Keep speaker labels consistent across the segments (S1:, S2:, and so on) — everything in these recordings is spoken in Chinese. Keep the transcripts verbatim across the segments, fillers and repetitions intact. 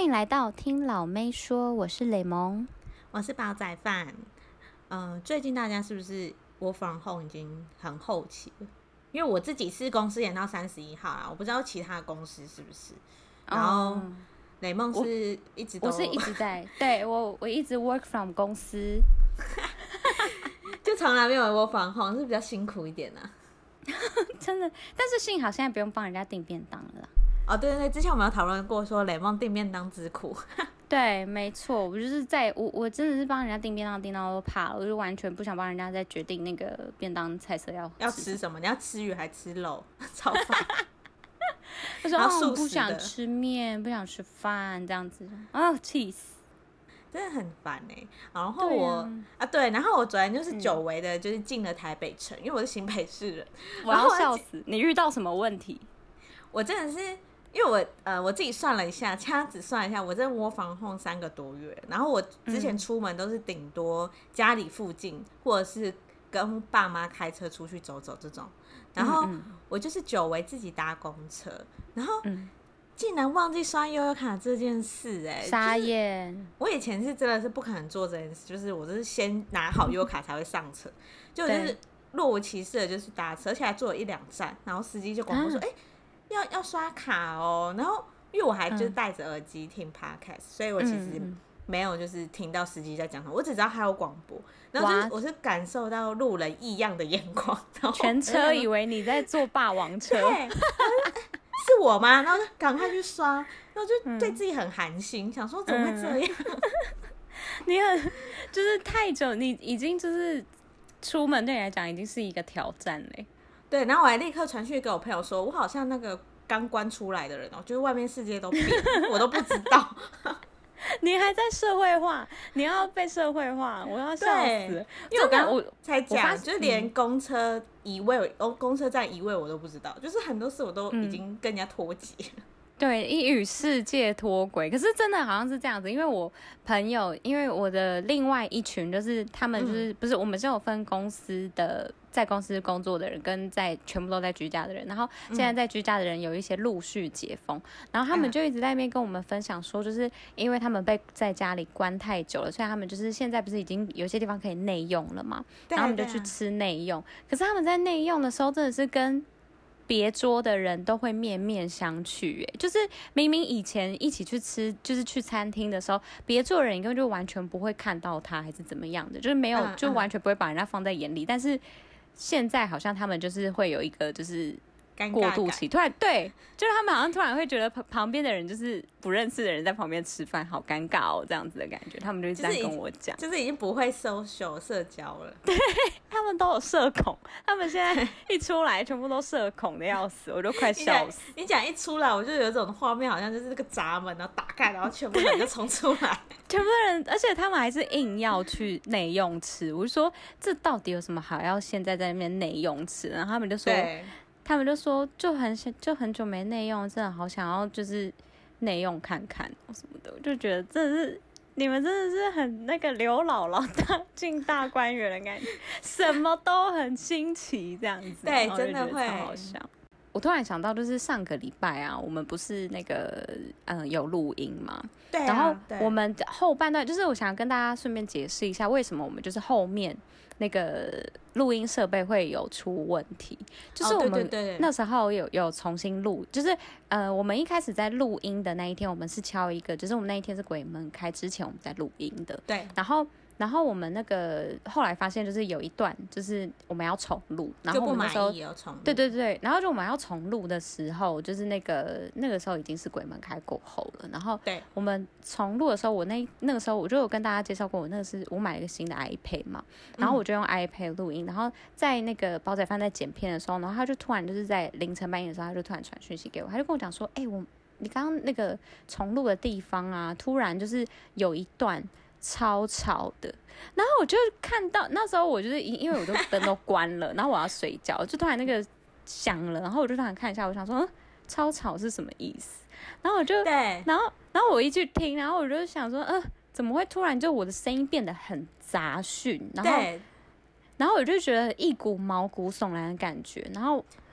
S1: 迎来到听老妹说，我是雷蒙，
S2: 我是煲仔饭。呃，最近大家是不是 work from home 已经很后期了？因为我自己是公司延到三十一号啦，我不知道其他的公司是不是。然后雷梦是一直都，
S1: 我是一直在，对我我一直 work from 公司，
S2: 就从来没有 work from home，是比较辛苦一点啊。
S1: 真的，但是幸好现在不用帮人家订便当了啦。
S2: 哦，对对对，之前我们有讨论过说雷梦订便当之苦。
S1: 对，没错，我就是在我我真的是帮人家订便当，订到都怕了，我就完全不想帮人家再决定那个便当菜色要
S2: 要吃什么，你要吃鱼还吃肉，超烦。
S1: 我说哦，不想吃面，不想吃饭，这样子啊，气死！
S2: 真的很烦哎、欸。然后我 啊, 啊对，然后我昨天就是久违的，就是进了台北城，嗯、因为我是新北市人。
S1: 我要笑死！你遇到什么问题？
S2: 我真的是因为我呃我自己算了一下，掐指算一下，我真的窝房 home 三个多月，然后我之前出门都是顶多家里附近，或者是跟爸妈开车出去走走这种，然后我就是久违自己搭公车，然后竟然忘记刷悠悠卡这件事、欸，哎，
S1: 傻眼、就是！
S2: 我以前是真的是不可能做这件事，就是我就是先拿好悠悠卡才会上车，就我就是若无其事的就是搭车，而且还坐了一两站，然后司机就广播说，哎、啊。欸要要刷卡哦，然后因为我还就是戴着耳机听 podcast，、嗯、所以我其实没有就是听到司机在讲什么，我只知道还有广播，然后就是我是感受到路人异样的眼光，然后
S1: 全车以为你在坐霸王车，
S2: 对，是我吗？然后就赶快去刷，然后就对自己很寒心，嗯、想说怎么会这样？嗯、
S1: 你很就是太久，你已经就是出门对你来讲已经是一个挑战嘞。
S2: 对，然后我还立刻传讯给我朋友说，我好像那个刚关出来的人哦，就是外面世界都变了，我都不知道。你
S1: 还在社会化，你要被社会化，我要笑死！
S2: 因为我刚刚我才讲，就是连公车移位，哦、嗯，公车站移位我都不知道，就是很多事我都已经跟人家脱节。嗯
S1: 对，一与世界脱轨，可是真的好像是这样子，因为我朋友，因为我的另外一群就是他们就是、嗯、不是我们是有分公司的，在公司工作的人跟在全部都在居家的人，然后现在在居家的人有一些陆续解封，然后他们就一直在那边跟我们分享说，就是因为他们被在家里关太久了，所以他们就是现在不是已经有些地方可以内用了嘛，然后他们就去吃内用，可是他们在内用的时候真的是跟别桌的人都会面面相觑，哎，就是明明以前一起去吃，就是去餐厅的时候，别桌的人根本就完全不会看到他，还是怎么样的，就是没有，就完全不会把人家放在眼里。但是现在好像他们就是会有一个就是过渡期，突然对，就是他们好像突然会觉得旁边的人就是不认识的人在旁边吃饭，好尴尬哦，这样子的感觉，他们就这样跟我讲，
S2: 就是、就是已经不会 social 社交了，
S1: 对，他们都有社恐，他们现在一出来全部都社恐的要死，我都快笑死。
S2: 你讲一出来，我就有一种画面，好像就是这个闸门，然后打开，然后全部人就冲出来，
S1: 全部人，而且他们还是硬要去内用吃，我就说这到底有什么好要现在在那边内用吃？然后他们就说。他们就说就很就很久没内用，真的好想要就是内用看看什么的，我就觉得真的是你们真的是很那个刘姥姥大进大观园的感觉，什么都很新奇这样子，
S2: 对，真的会
S1: 超好笑。我突然想到，就是上个礼拜啊，我们不是那个嗯有录音嘛，
S2: 对、啊，
S1: 然后我们后半段就是我想跟大家顺便解释一下，为什么我们就是后面那个录音设备会有出问题，就是我们那时候有有重新录，就是呃我们一开始在录音的那一天，我们是敲一个，就是我们那一天是鬼门开之前我们在录音的，
S2: 对，
S1: 然后。然后我们那个后来发现，就是有一段就是我们要重录，然后我们那时候
S2: 也要重录，
S1: 对对对，然后就我们要重录的时候，就是那个那个时候已经是鬼门开过后了，然后
S2: 对
S1: 我们重录的时候，我那那个时候我就有跟大家介绍过，我那个是我买了一个新的 iPad 嘛，然后我就用 iPad 录音，然后在那个煲仔饭在剪片的时候，然后他就突然就是在凌晨半夜的时候，他就突然传讯息给我，他就跟我讲说，哎、欸，我你刚刚那个重录的地方啊，突然就是有一段。超吵的，然后我就看到那时候我就是因为我都灯都关了，然后我要睡觉，就突然那个响了，然后我就突然看一下，我想说，嗯，超吵是什么意思？然后我就，
S2: 对，
S1: 然后然后我一去听，然后我就想说，嗯、呃，怎么会突然就我的声音变得很杂讯？然后，然后我就觉得一股毛骨悚然的感觉，然后。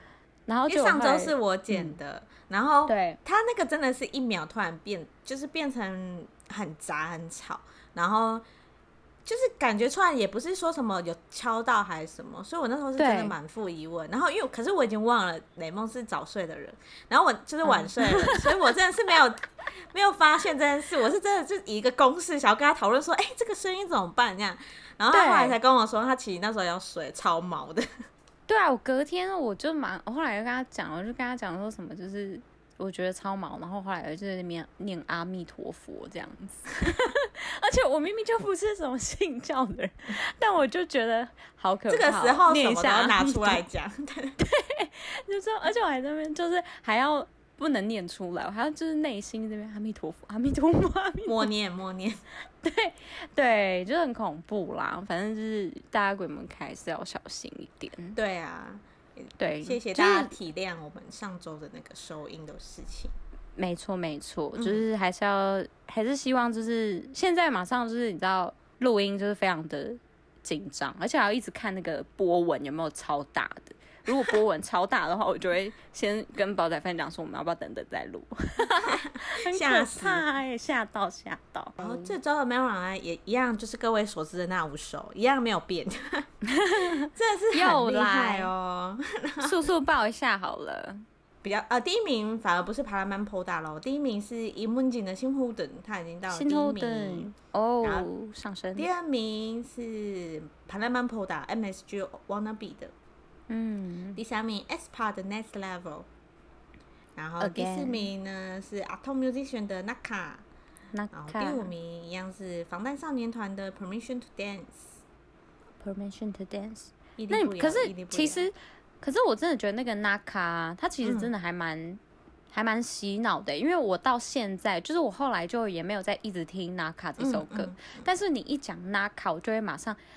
S1: 然后
S2: 因为上
S1: 就后来
S2: 周是我剪的，嗯、然后
S1: 对
S2: 他那个真的是一秒突然变，就是变成很杂很吵，然后就是感觉出来也不是说什么有敲到还是什么，所以我那时候是真的满腹疑问。然后因为可是我已经忘了雷梦是早睡的人，然后我就是晚睡了，嗯、所以我真的是没有没有发现这件事。我是真的就以一个公式想要跟他讨论说，哎、欸，这个声音怎么办这样。然后他后来才跟我说，他其实那时候要睡，超毛的。
S1: 对啊，我隔天我就蛮，我后来就跟他讲，我就跟他讲说什么，就是我觉得超毛，然后后来就是念念阿弥陀佛这样子。而且我明明就不是什么信教的人，但我就觉得好可怕。
S2: 这个时候什么都要拿出来讲，对
S1: 对，就说，而且我还在那边就是还要不能念出来，我还要就是内心这边阿弥陀佛，阿弥陀佛，阿弥陀佛，
S2: 默念默念。
S1: 对对，就很恐怖啦。反正就是大家鬼门开是要小心一点。
S2: 对啊，
S1: 对，
S2: 谢谢大家体谅我们上周的那个收音的事情。
S1: 没错没错，就是还是要、嗯、还是希望就是现在马上就是你知道录音就是非常的紧张，而且还要一直看那个波纹有没有超大的。如果波纹超大的话，我就会先跟宝仔饭讲说我们要不要等等再录。很可怕哎，吓到吓到。
S2: 然后这周的 Melon 也一样，就是各位所知的那五首一样没有变，真的是很厉害哦。
S1: 速速报一下好了。
S2: 比较呃，第一名反而不是帕拉曼波大咯，第一名是伊文景的新护等，他已经到了第一名
S1: 哦，上升。
S2: 第二名是帕拉曼波大 M S G Wannabe 的，嗯。第三名 aespa 的 Next Level， 然后第四名呢是 Atom Musician 的 Naka， 然后第五名一样是防弹少年团的 Permission to Dance。Permission
S1: to Dance， 那你可是其实。可是我真的觉得那个 Naka 他其实真的还蛮、嗯、还蛮洗脑的，因为我到现在就是我后来就也没有再一直听 Naka 这首歌、嗯嗯、但是你一讲 Naka 我就会马上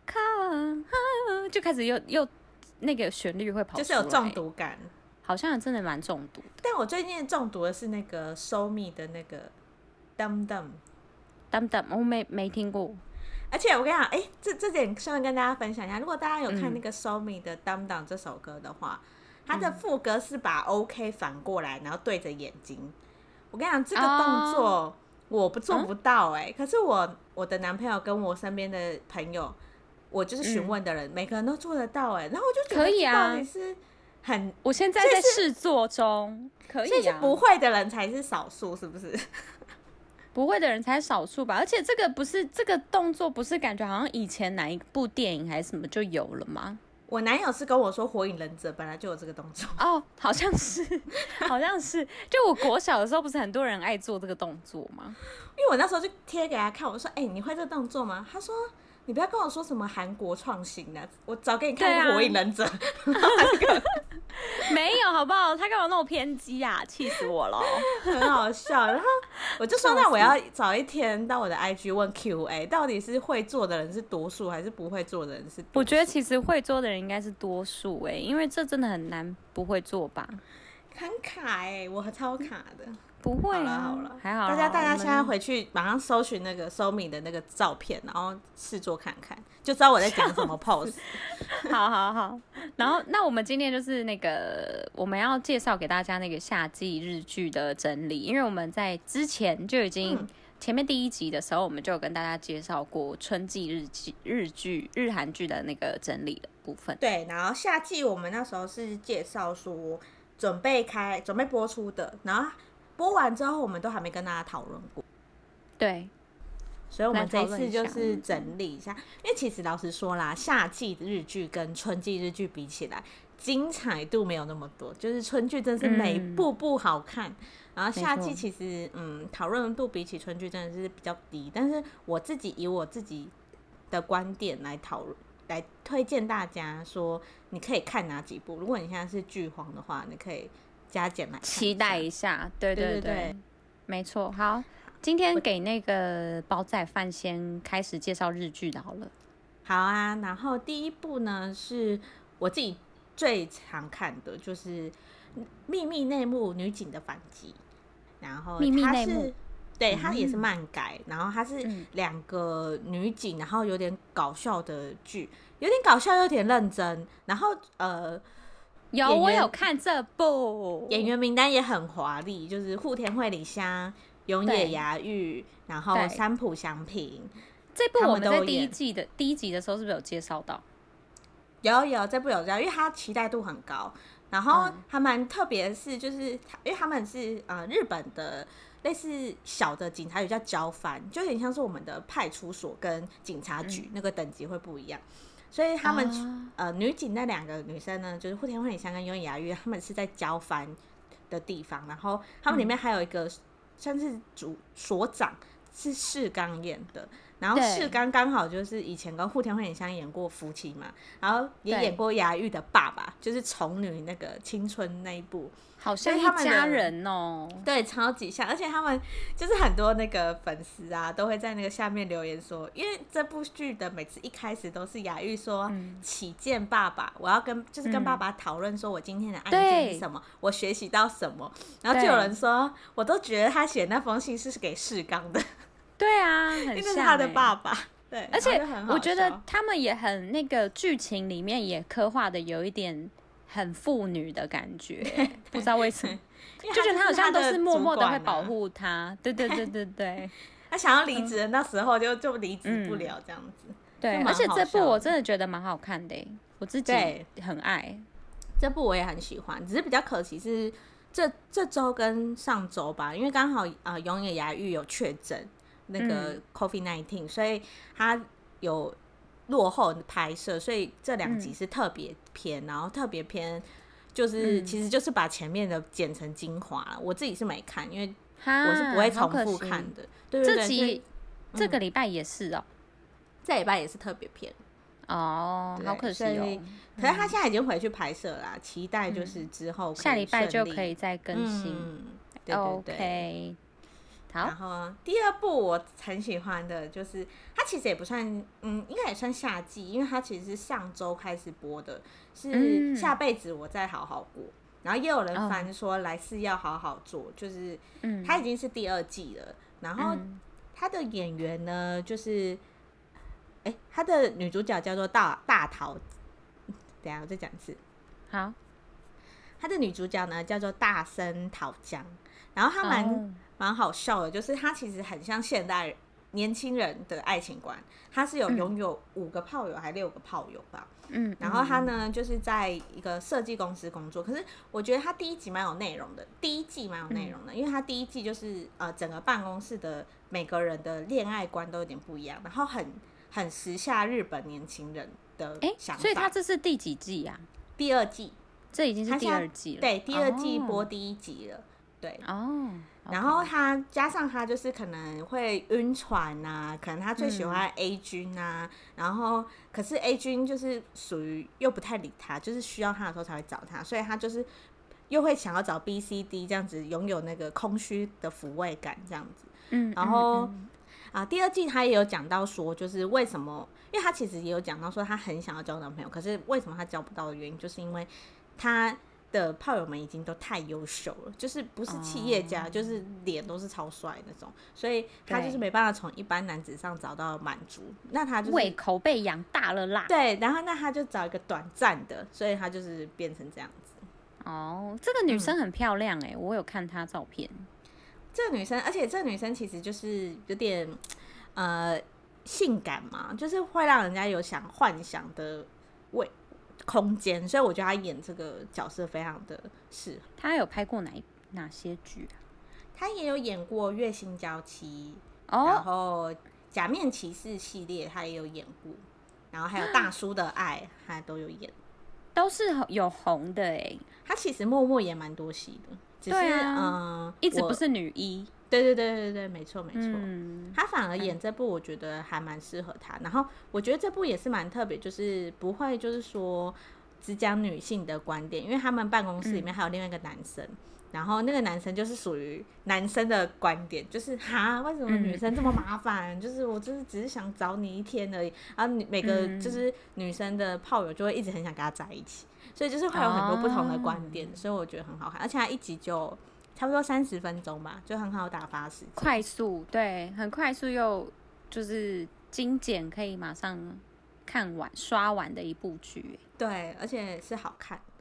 S1: Naka 就開始又又那個旋律會跑出來，
S2: 就是有中毒感，
S1: 好像真的蠻中毒的。
S2: 但我最近中毒的是那個 Show Me 的那個 Dum Dum
S1: Dum Dum 我没没听过。
S2: 而且我跟你讲，哎、欸，这这点顺便跟大家分享一下。如果大家有看那个 Show Me 的 Dum Dum 这首歌的话，它、嗯、的副歌是把 OK 反过来，然后对着眼睛。我跟你讲，这个动作我不做不到哎、欸，哦、可是我我的男朋友跟我身边的朋友，我就是询问的人、嗯，每个人都做得到哎、欸。然后我就觉得，可以啊，到底是很，
S1: 我现在在试做中，可以啊，
S2: 所以是不会的人才是少数，是不是？
S1: 不会的人才是少数吧，而且这个不是这个动作，不是感觉好像以前哪一部电影还是什么就有了吗？
S2: 我男友是跟我说，《火影忍者》本来就有这个动作
S1: 哦，好像是，好像是。就我国小的时候，不是很多人爱做这个动作吗？
S2: 因为我那时候就贴给他看，我说：“哎、欸，你会这个动作吗？”他说：“你不要跟我说什么韩国创新的，我早给你看《火影忍者》啊。”
S1: 没有好不好？他干嘛那么偏激啊？气死我了，
S2: 很好笑。然后我就说，那我要找一天到我的 I G 问 Q A， 到底是会做的人是多数，还是不会做的人是多数？
S1: 我觉得其实会做的人应该是多数哎、欸，因为这真的很难不会做吧？
S2: 很卡哎、欸，我超卡的。
S1: 不会啊，
S2: 好了好了，
S1: 还好。
S2: 大家大家现在回去马上搜寻那个 Somi 的那个照片，然后试做看看，就知道我在讲什么 pose。
S1: 好好好，然后那我们今天就是那个我们要介绍给大家那个夏季日剧的整理，因为我们在之前就已经、嗯、前面第一集的时候，我们就有跟大家介绍过春季日剧、日剧、日韩剧的那个整理的部分。
S2: 对，然后夏季我们那时候是介绍说准备开、准备播出的，然后。播完之后，我们都还没跟大家讨论过，
S1: 对，
S2: 所以我们这一次就是整理一下。因为其实老实说啦，夏季日剧跟春季日剧比起来，精彩度没有那么多。就是春剧真是每部部好看，嗯、然后夏季其实嗯讨论度比起春剧真的是比较低。但是我自己以我自己的观点来讨论，来推荐大家说，你可以看哪几部。如果你现在是剧荒的话，你可以。加减来看一下
S1: 期待一下，对对 对, 对, 对, 对，没错。好，今天给那个煲仔饭先开始介绍日剧的好了。
S2: 好啊，然后第一部呢是我自己最常看的，就是《秘密内幕：女警的反击》。然后
S1: 秘密内幕，
S2: 对，它也是漫改，嗯、然后它是两个女警，然后有点搞笑的剧，有点搞笑，有点认真。然后呃。
S1: 有我有看这部，
S2: 演员名单也很华丽，就是户田惠梨香、永野芽郁，然后三浦翔平。
S1: 这部我们在第一季的第一集的时候是不是有介绍到？
S2: 有有，这部有介绍，因为它期待度很高，然后还蛮特别的是，就是因为他们是呃日本的类似小的警察局叫交番，就有点像是我们的派出所跟警察局、嗯、那个等级会不一样。所以他们、哦、呃女警那两个女生呢，就是户田惠梨香跟永野芽郁，他们是在交番的地方，然后他们里面还有一个算是主所长是世刚演的，然后世刚刚好就是以前跟户田惠梨香演过夫妻嘛，然后也演过芽郁的爸爸，就是宠女那个青春那一部，
S1: 好像一家人哦。
S2: 对，超级像，而且他们就是很多那个粉丝啊都会在那个下面留言说，因为这部剧的每次一开始都是芽郁说、嗯、起见爸爸，我要跟就是跟爸爸讨论说我今天的案件是什么、嗯、我学习到什么，然后就有人说我都觉得他写那封信是给世刚的。
S1: 对啊，很像、欸、
S2: 因为是他的爸爸。对，
S1: 而且我觉得他们也很那个剧情里面也刻画的有一点很父女的感觉，不知道为什么，就觉得他好像都是默默的会保护他。对对对对对，
S2: 他想要离职的那时候就就离职不了这样子。嗯、
S1: 对，而且这部我真的觉得蛮好看的，我自己很爱。
S2: 这部我也很喜欢，只是比较可惜是这这周跟上周吧，因为刚好呃永野芽郁有确诊。那个 COVID 十九、嗯、所以他有落后拍摄，所以这两集是特别篇、嗯、然后特别篇就是、嗯、其实就是把前面的剪成精华了，我自己是没看，因为我是不会重复看的。对对对，
S1: 这集、嗯、这个礼拜也是哦，
S2: 这礼拜也是特别篇
S1: 哦，好可惜哦。
S2: 可是他现在已经回去拍摄啦、嗯、期待就是之后可以
S1: 下礼拜就可以再更新。
S2: 嗯、对对对。
S1: Okay。
S2: 然后第二部我很喜欢的就是它其实也不算嗯应该也算夏季，因为它其实是上周开始播的，是下辈子我再好好过、嗯、然后也有人翻说来世要好好做、哦、就是它已经是第二季了、嗯、然后它的演员呢就是哎，它的女主角叫做大大桃，等一下我再讲一次。
S1: 好，
S2: 它的女主角呢叫做大森桃江，然后她蛮、oh. 蛮好笑的，就是她其实很像现代年轻人的爱情观，她是有拥有五个炮友还六个炮友吧，嗯，然后她呢就是在一个设计公司工作，可是我觉得她第一集蛮有内容的，第一季蛮有内容的、嗯，因为她第一季就是呃整个办公室的每个人的恋爱观都有点不一样，然后很很时下日本年轻人的想法。
S1: 所以她这是第几季啊？
S2: 第二季，
S1: 这已经是第二季了。
S2: 对，第二季播第一集了。Oh. 对哦，
S1: oh,
S2: 然后他加上他就是可能会晕船啊，可能他最喜欢 A 君啊、嗯，然后可是 A 君就是属于又不太理他，就是需要他的时候才会找他，所以他就是又会想要找 B C D 这样子，拥有那个空虚的抚慰感这样子。嗯，然后、嗯嗯、啊，第二季他也有讲到说，就是为什么，因为他其实也有讲到说他很想要交男朋友，可是为什么他交不到的原因，就是因为他的炮友们已经都太优秀了，就是不是企业家、哦、就是脸都是超帅那种，所以他就是没办法从一般男子上找到满足，那他就是
S1: 胃口被养大了啦。
S2: 对，然后那他就找一个短暂的，所以他就是变成这样子。
S1: 哦，这个女生很漂亮哎、欸嗯，我有看她照片。
S2: 这个女生，而且这个女生其实就是有点呃性感嘛，就是会让人家有想幻想的味空间，所以我觉得她演这个角色非常的适合。
S1: 她有拍过哪哪些剧啊？
S2: 她也有演过《月薪娇妻》哦，然后《假面骑士》系列她也有演过，然后还有《大叔的爱》她都有演，
S1: 都是有红的哎。
S2: 她其实默默演蛮多戏的，只是嗯、啊呃，
S1: 一直不是女一。
S2: 对对对对对，没错没错。嗯，他反而演这部，我觉得还蛮适合他。然后我觉得这部也是蛮特别，就是不会就是说只讲女性的观点，因为他们办公室里面还有另外一个男生，嗯、然后那个男生就是属于男生的观点，就是哈，为什么女生这么麻烦？嗯、就是我就是只是想找你一天而已，然后每个就是女生的炮友就会一直很想跟他在一起，所以就是会有很多不同的观点，哦、所以我觉得很好看，而且他一集就差不多三十分钟吧，就很好打发时间，
S1: 快速，对，很快速又就是精简，可以马上看完刷完的一部剧。
S2: 对，而且是好看的。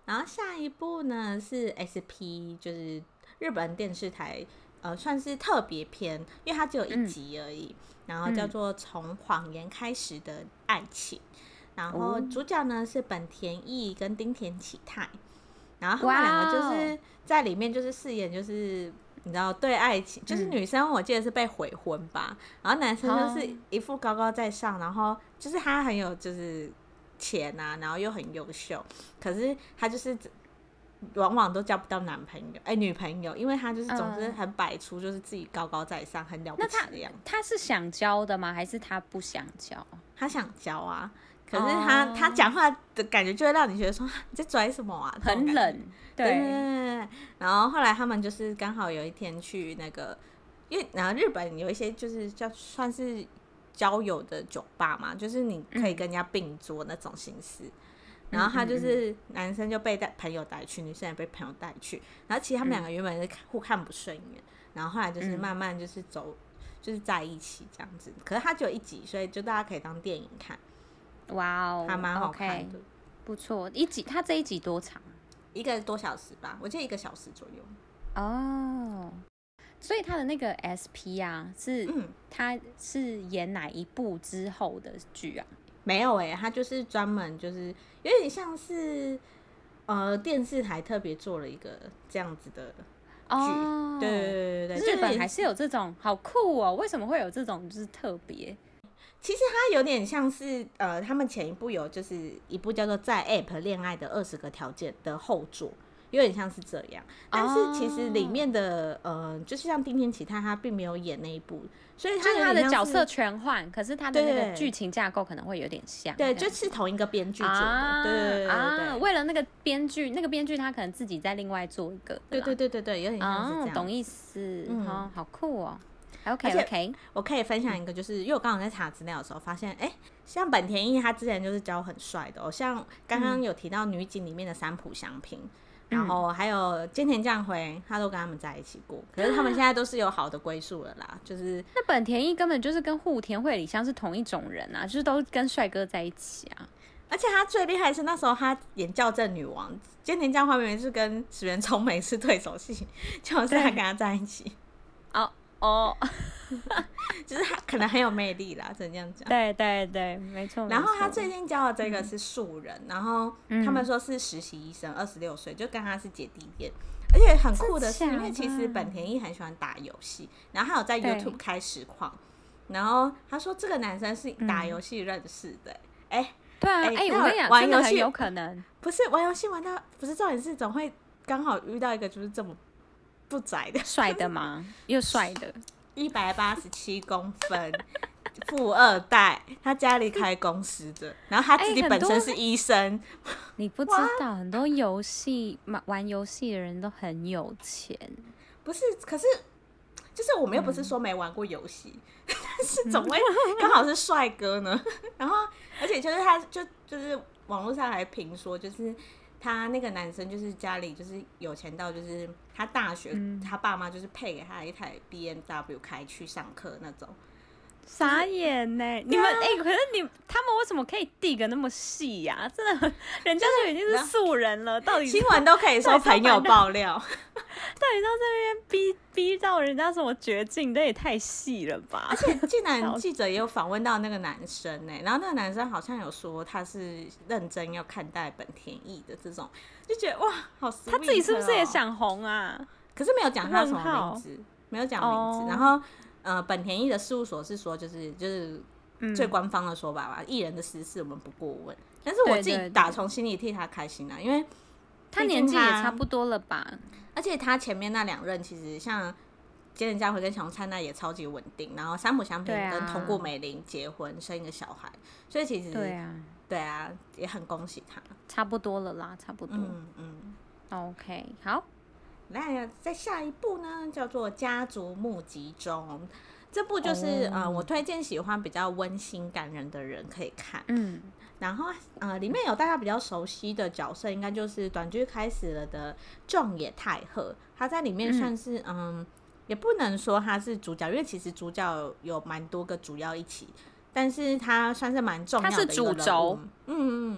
S2: 然后下一部呢是 S P， 就是日本电视台，呃，算是特别篇，因为它只有一集而已。嗯、然后叫做《从谎言开始的爱情》，然后主角呢是本田翼跟丁田启泰，然后他们两个就是在里面就是饰演就是你知道对爱情，就是女生我记得是被悔婚吧，然后男生就是一副高高在上，然后就是他很有就是钱啊，然后又很优秀，可是他就是往往都交不到男朋友，哎、欸，女朋友，因为他就是总是很摆出就是自己高高在上，很了不起的样子。
S1: 他, 他是想交的吗？还是他不想交？
S2: 他想交啊，可是他、oh. 他讲话的感觉就会让你觉得说你在拽什么啊，
S1: 很冷。对,
S2: 对对对。然后后来他们就是刚好有一天去那个，因为然后日本有一些就是叫算是交友的酒吧嘛，就是你可以跟人家并桌那种形式。嗯，然后他就是男生就被朋友带去，女生也被朋友带去，然后其实他们两个原本是互看不顺眼，然后后来就是慢慢就是走，就是在一起这样子。可是他只有一集，所以就大家可以当电影看。
S1: 哇哦，
S2: 还蛮好看的，
S1: okay, 不错。一集他这一集多长？
S2: 一个多小时吧，我记得一个小时左右。
S1: 哦，所以他的那个 S P 啊，是、嗯、他是演哪一部之后的剧啊？
S2: 没有哎、欸，他就是专门就是有点像是呃电视台特别做了一个这样子的剧。哦，对对对对，
S1: 日本还是有这种，好酷哦！为什么会有这种就是特别？
S2: 其实它有点像是呃，他们前一部有就是一部叫做《在 App 恋爱的二十个条件》的后作，有点像是这样。但是其实里面的、哦、呃，就是像丁田启泰他并没有演那一部，所以他
S1: 就是他的角色全换，可是他的那个剧情架构可能会有点像。
S2: 对，就是同一个编剧做的。啊、对对对 对, 对、啊、
S1: 为了那个编剧，那个编剧他可能自己再另外做一个。
S2: 对对对对对，有点像是这样。
S1: 哦、懂意思。嗯、哦，好酷哦。OK OK，
S2: 我可以分享一个，就是因为我刚刚在查资料的时候发现，哎、欸，像本田翼他之前就是教很帅的哦，像刚刚有提到女警里面的三浦祥平、嗯，然后还有菅田将晖，他都跟他们在一起过，可是他们现在都是有好的归宿了啦，就是
S1: 那本田翼根本就是跟户田惠梨香是同一种人啊，就是都跟帅哥在一起啊，
S2: 而且他最厉害的是那时候他演校正女王，菅田将晖明明是跟石原聪美是对手戏，就是他跟他在一起。
S1: 哦哦，
S2: 就是他可能很有魅力啦，只能这样讲。
S1: 对对对，没错。
S2: 然后他最近教的这个是素人，嗯、然后他们说是实习医生，二十六岁，就跟他是姐弟恋。而且很酷的是，因为其实本田翼很喜欢打游戏，然后他有在 YouTube 开实况，然后他说这个男生是打游戏认识的、欸，哎、欸，
S1: 对啊，哎、欸，我跟你讲，玩游戏有可能
S2: 不是玩游戏玩到，不是重点是总会刚好遇到一个就是这么。不窄的
S1: 帅的吗？又帅的，
S2: 一百八十七公分，富二代，他家里开公司的，然后他自己本身是医生。欸、
S1: 你不知道，很多游戏玩游戏的人都很有钱。
S2: 不是，可是就是我们又不是说没玩过游戏，嗯、但是总会刚好是帅哥呢。然后，而且就是他就就是网络上还评说，就是他那个男生就是家里就是有钱到就是他大学、嗯、他爸妈就是配给他一台 B M W 开去上课那种。
S1: 傻眼呢、欸！你们哎、欸，可是你他们为什么可以递个那么细呀、啊？真的，人家就已经是素人了，到底
S2: 新闻都可以说朋友爆料，
S1: 到底到这边逼逼到人家什么绝境？这也太细了吧！
S2: 而且竟然记者也有访问到那个男生呢、欸，然后那个男生好像有说他是认真要看待本田翼的这种，就觉得哇，好 sweet、喔、
S1: 他自己是不是也想红啊？
S2: 可是没有讲他什么名字，没有讲名字， oh. 然后。呃，本田翼的事务所是说，就是就是最官方的说法吧，艺、嗯、人的私事我们不过问。但是我自己打从心里替他開心啊，因为
S1: 他年纪也差不多了吧，
S2: 而且他前面那两任其實像菅田将晖跟小灿奈也超級稳定，然后三浦祥平跟桐谷美玲结婚生一个小孩，所以其实
S1: 对啊，
S2: 对啊，也很恭喜他，
S1: 差不多了啦，差不多。
S2: 嗯嗯
S1: ，OK， 好。
S2: 那再下一部呢，叫做《家族募集中》。这部就是、oh. 呃，我推荐喜欢比较温馨感人的人可以看。嗯，然后呃，里面有大家比较熟悉的角色，应该就是短剧开始了的仲野太贺。他在里面算是嗯、呃，也不能说他是主角，因为其实主角有蛮多个主要一起，但是他算是蛮重要的一个人物。
S1: 他是主轴。
S2: 嗯嗯。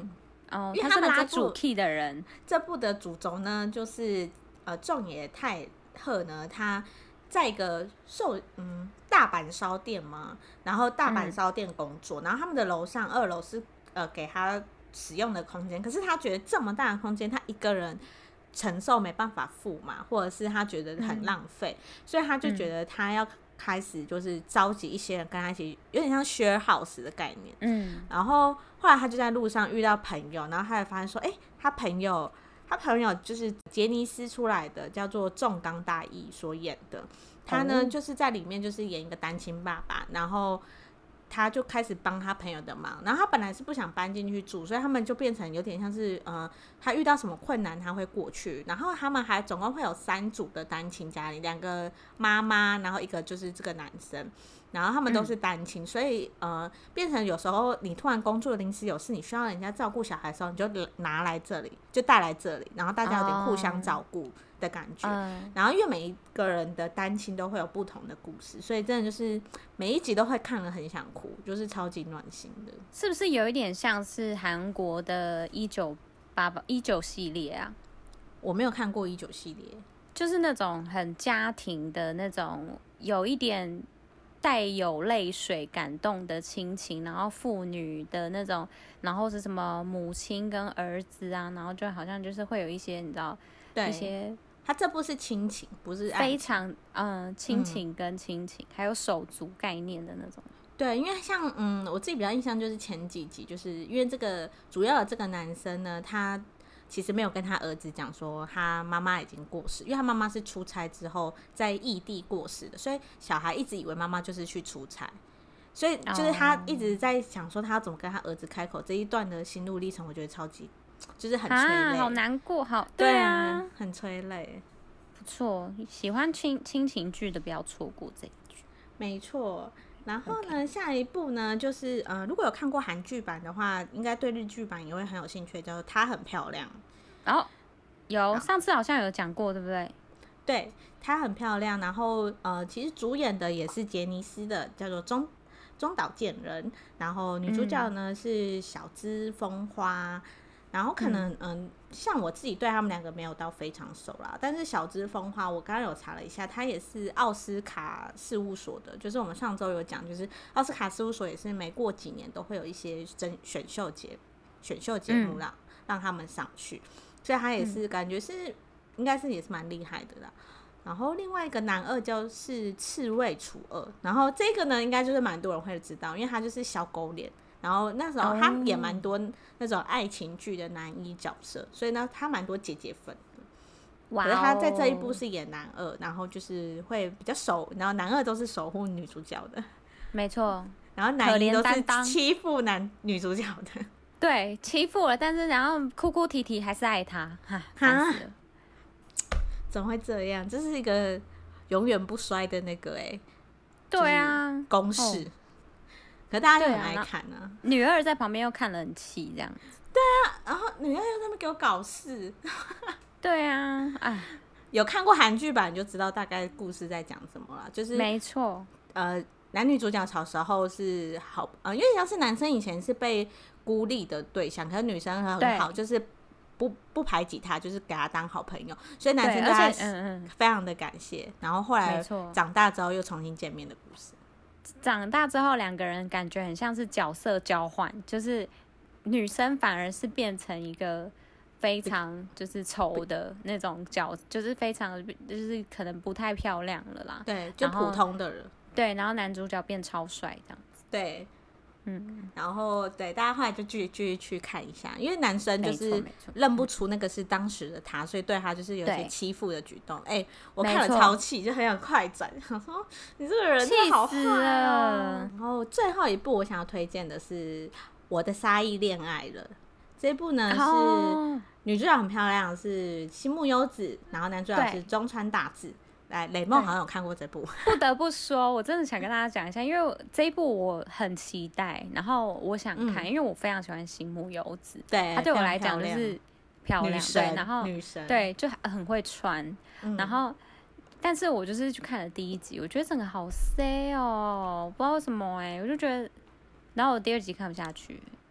S1: 哦，
S2: 因为
S1: 他是
S2: 他们这部
S1: 拉主 key 的人。
S2: 这部的主轴呢，就是呃，仲野太贺呢，他在一个寿嗯大阪烧店嘛，然后大阪烧店工作，嗯、然后他们的楼上二楼是呃给他使用的空间，可是他觉得这么大的空间，他一个人承受没办法付嘛，或者是他觉得很浪费，嗯、所以他就觉得他要开始就是召集一些人跟他一起，有点像 share house 的概念。嗯，然后后来他就在路上遇到朋友，然后他才发现说，哎、欸，他朋友。他朋友就是杰尼斯出来的，叫做仲冈大义所演的。他呢，哦、就是在里面就是演一个单亲爸爸，然后他就开始帮他朋友的忙。然后他本来是不想搬进去住，所以他们就变成有点像是呃，他遇到什么困难他会过去。然后他们还总共会有三组的单亲家庭，两个妈妈，然后一个就是这个男生。然后他们都是单亲，嗯、所以呃，变成有时候你突然工作临时有事，你需要人家照顾小孩的时候，你就拿来这里，就带来这里，然后大家有点互相照顾的感觉。哦、然后因为每一个人的单亲都会有不同的故事，所以真的就是每一集都会看了很想哭，就是超级暖心的。
S1: 是不是有一点像是韩国的一九八八一九系列啊？
S2: 我没有看过一九系列，
S1: 就是那种很家庭的那种，有一点带有泪水感动的亲情，然后父女的那种，然后是什么母亲跟儿子啊，然后就好像就是会有一些你知道，
S2: 对，
S1: 一些
S2: 他这部是亲情，不是爱情，
S1: 非常嗯亲情跟亲情，嗯、还有手足概念的那种。
S2: 对，因为像嗯我自己比较印象就是前几集，就是因为这个主要的这个男生呢，他其实没有跟他儿子讲说他妈妈已经过世，因为他妈妈是出差之后在异地过世的，所以小孩一直以为妈妈就是去出差，所以就是他一直在想说他要怎么跟他儿子开口，这一段的心路历程我觉得超级就是很催泪，
S1: 啊，好难过，好对啊，
S2: 对，很催泪，
S1: 不错，喜欢亲亲情剧的不要错过这一剧，
S2: 没错。然后呢，
S1: okay.
S2: 下一部呢，就是呃，如果有看过韩剧版的话，应该对日剧版也会很有兴趣，叫做《她很漂亮》。
S1: 哦，有，上次好像有讲过，对不对？
S2: 对，她很漂亮。然后呃，其实主演的也是杰尼斯的，叫做中中岛健人。然后女主角呢、嗯、是小芝风花。然后可能嗯、呃，像我自己对他们两个没有到非常熟啦，但是小芝风花我刚刚有查了一下，她也是奥斯卡事务所的，就是我们上周有讲，就是奥斯卡事务所也是每过几年都会有一些甄选秀节选秀节目让、嗯、让他们上去，所以他也是感觉是、嗯、应该是也是蛮厉害的啦。然后另外一个男二就是赤卫楚二，然后这个呢应该就是蛮多人会知道，因为他就是小狗脸。然后那时候他也蛮多那种爱情剧的男一角色，所以呢他蛮多姐姐粉的。哇、哦！可是他在这一部是演男二，然后就是会比较守，然后男二都是守护女主角的，
S1: 没错。
S2: 然后男一都是欺负男女主角的，
S1: 对，欺负了，但是然后哭哭啼啼还是爱他，哈，烦死了。
S2: 怎么会这样？这是一个永远不衰的那个哎、欸，
S1: 对啊，
S2: 公式。哦，可大家就很爱看啊，啊
S1: 女二在旁边又看了很气这样子。
S2: 对啊，然后女二又在那边给我搞事。
S1: 对啊，哎，
S2: 有看过韩剧版你就知道大概故事在讲什么了，就是
S1: 没错，
S2: 呃，男女主角小时候是好，呃，因为像是男生以前是被孤立的对象，可是女生很好，就是不不排挤他，就是给他当好朋友，所以男生对他非常的感谢。嗯嗯，然后后来长大之后又重新见面的故事。
S1: 长大之后，两个人感觉很像是角色交换，就是女生反而是变成一个非常就是丑的那种角，就是非常就是可能不太漂亮了啦。
S2: 对，就普通的人。
S1: 对，然后男主角变超帅这样子。
S2: 对，嗯，然后对大家后来就继续继续去看一下，因为男生就是认不出那个是当时的他，所以对他就是有些欺负的举动。哎、欸，我看了超气，就很想快转，想说你这个人真的好坏啊。然后最后一部我想要推荐的是《我的沙溢恋爱了》，这部呢、oh. 是女主角很漂亮，是新木优子，然后男主角是中川大志。来，雷梦好像有看过这部。
S1: 不得不说，我真的想跟大家讲一下，因为这一部我很期待，然后我想看，嗯、因为我非常喜欢新木优子，
S2: 对，
S1: 她对我来讲就是漂亮，对，然后
S2: 女神，
S1: 对，就很会穿，嗯、然后，但是我就是去看了第一集，我觉得整个好 C 哦，不知道为什么哎、欸，我就觉得，然后我第二集看不下去。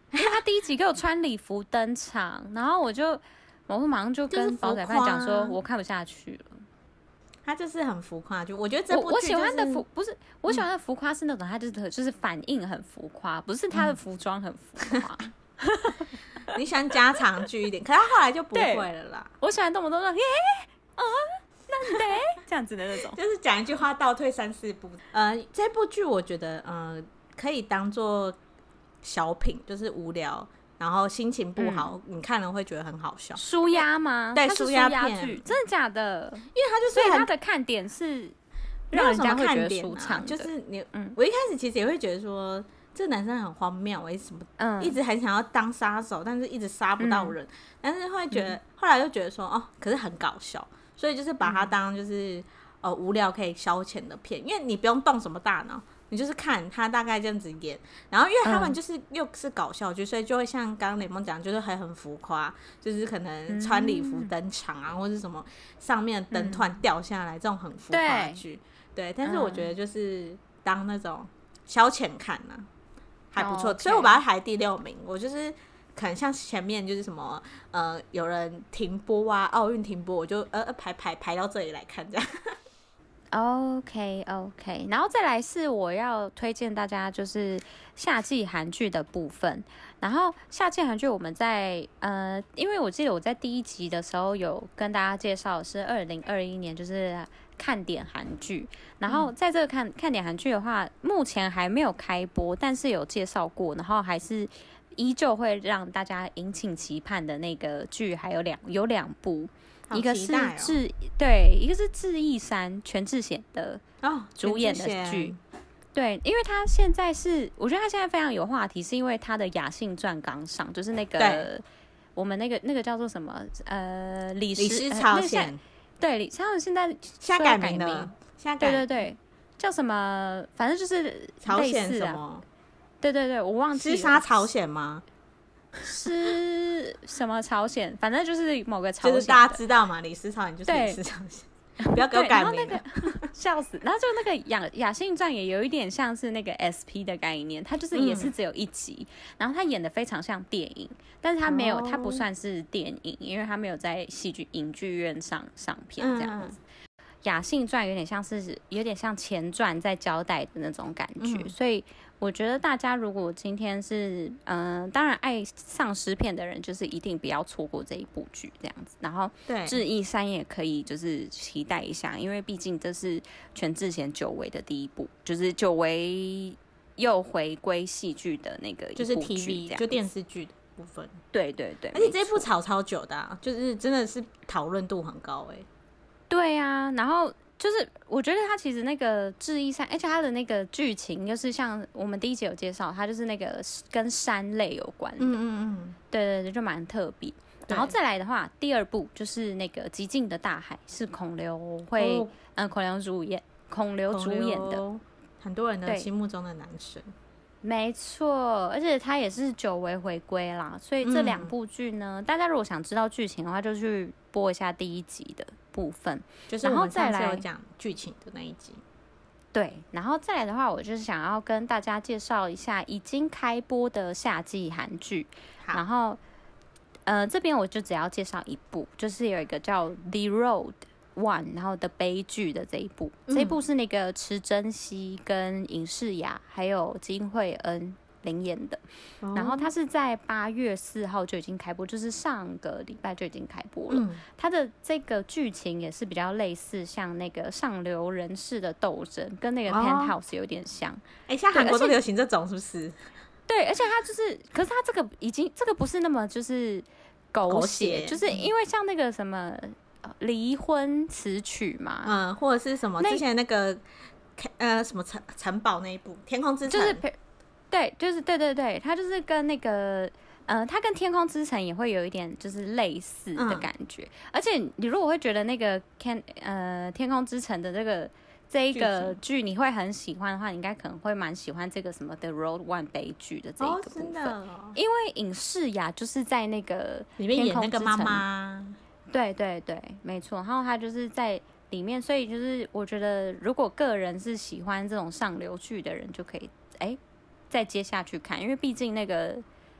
S1: 因为他第一集给我穿礼服登场，然后我就我马上就跟煲仔饭讲说，我看不下去了。
S2: 他就是很浮夸，就我觉得这部剧、就是、
S1: 我, 我喜欢的浮不是我喜欢的浮夸是那种他就是就是反应很浮夸，不是他的服装很浮夸。嗯
S2: 你喜欢家常剧一点，可是他后来就不会了啦。
S1: 我喜欢动不动说耶啊，那得这样子的那种，
S2: 就是讲一句话倒退三四步。呃，这部剧我觉得呃可以当做小品，就是无聊，然后心情不好，嗯、你看了会觉得很好笑。
S1: 舒压吗？
S2: 对，
S1: 舒
S2: 压
S1: 剧，真的假的？
S2: 因为它就是
S1: 所以它的看点是让人家会觉得舒畅、啊，
S2: 就是你、嗯，我一开始其实也会觉得说。这男生很荒谬，为什么、嗯、一直很想要当杀手，但是一直杀不到人，嗯、但是会觉得、嗯、后来就觉得说哦，可是很搞笑，所以就是把它当就是、嗯、呃无聊可以消遣的片，因为你不用动什么大脑，你就是看他大概这样子演，然后因为他们就是又是搞笑剧，所以就会像刚刚雷蒙讲，就是还很浮夸，就是可能穿礼服登场啊，嗯、或是什么上面的灯突然掉下来、嗯、这种很浮夸剧，对，但是我觉得就是当那种消遣看啊。还不错， oh, okay. 所以我把它排第六名。我就是可能像前面就是什么呃，有人停播啊，奥运停播，我就呃排排排到这里来看这样。
S1: OK OK， 然后再来是我要推荐大家就是夏季韩剧的部分。然后夏季韩剧我们在呃，因为我记得我在第一集的时候有跟大家介绍的是二零二一年就是看点韩剧，然后在这个看看点韩剧的话，目前还没有开播，但是有介绍过，然后还是依旧会让大家引起期盼的那个剧，还有两有两部。一个是智、哦、对，一个是智异山全智贤的主演的剧、哦，对，因为他现在是，我觉得他现在非常有话题，是因为他的雅信传刚上，就是那个我们那个那个叫做什么呃李
S2: 李氏朝鲜、呃，
S1: 对，他们现在
S2: 现在改名了，现在改
S1: 对对对，叫什么？反正就是类似、啊、
S2: 朝鲜什么？
S1: 对对对，我忘记了，
S2: 是杀朝鲜吗？
S1: 是什么朝鲜？反正就是某个朝鲜，
S2: 就是大家知道嘛，李氏朝鲜就是李氏朝鲜，不要给我改名了，
S1: 笑死！然后就那个雅雅信传也有一点像是那个 S P 的概念，它就是也是只有一集，嗯、然后它演的非常像电影，但是它没有，它、哦、不算是电影，因为它没有在戏剧影剧院上上片这样子。嗯雅信传有点像是有点像前传在交代的那种感觉、嗯、所以我觉得大家如果今天是嗯、呃，当然爱丧尸片的人就是一定不要错过这一部剧这样子，然后智异山也可以就是期待一下，因为毕竟这是全智贤久违的第一部，就是久违又回归戏剧的那个一部剧，
S2: 就是 T V 就电视剧的部分，
S1: 对对对，
S2: 而且这一部炒超久的、啊、就是真的是讨论度很高哎、欸。
S1: 对啊，然后就是我觉得他其实那个智异山，而且他的那个剧情就是像我们第一集有介绍，他就是那个跟山类有关的，嗯嗯嗯，对对对，就蛮特别。然后再来的话，第二部就是那个《极尽的大海》，是孔刘会，嗯、哦呃，孔刘主演，孔刘主演的，
S2: 很多人的心目中的男神。
S1: 没错，而且他也是久违回归啦，所以这两部剧呢、嗯，大家如果想知道剧情的话，就去播一下第一集的部分，
S2: 就是我们上次有讲剧情的那一集。
S1: 对，然后再来的话，我就是想要跟大家介绍一下已经开播的夏季韩剧，然后呃这边我就只要介绍一部，就是有一个叫《The Road One》，然后的悲剧的这一部，嗯、这一部是那个池珍熙跟尹世雅还有金惠恩领演的，哦、然后它是在八月四号就已经开播，就是上个礼拜就已经开播了。嗯、它的这个剧情也是比较类似，像那个上流人士的斗争，跟那个 Penthouse 有点像。哎、
S2: 哦，现在韩国都流行这种是不是？
S1: 对，而且它就是，可是它这个已经这个不是那么就是狗血，狗血就是因为像那个什么。离婚词曲嘛，
S2: 嗯，或者是什么之前那个呃什么城城堡那一部《天空之城》，
S1: 就是对，就是对对对，它就是跟那个呃，它跟《天空之城》也会有一点就是类似的感觉，嗯、而且你如果会觉得那个天呃《天空之城》的这个这一个剧你会很喜欢的话，你应该可能会蛮喜欢这个什么《The Road One》悲剧的这一个部分，哦、因为尹世雅就是在那个
S2: 里面演那个妈妈。
S1: 对对对，没错。然后他就是在里面，所以就是我觉得，如果个人是喜欢这种上流剧的人，就可以哎再接下去看，因为毕竟那个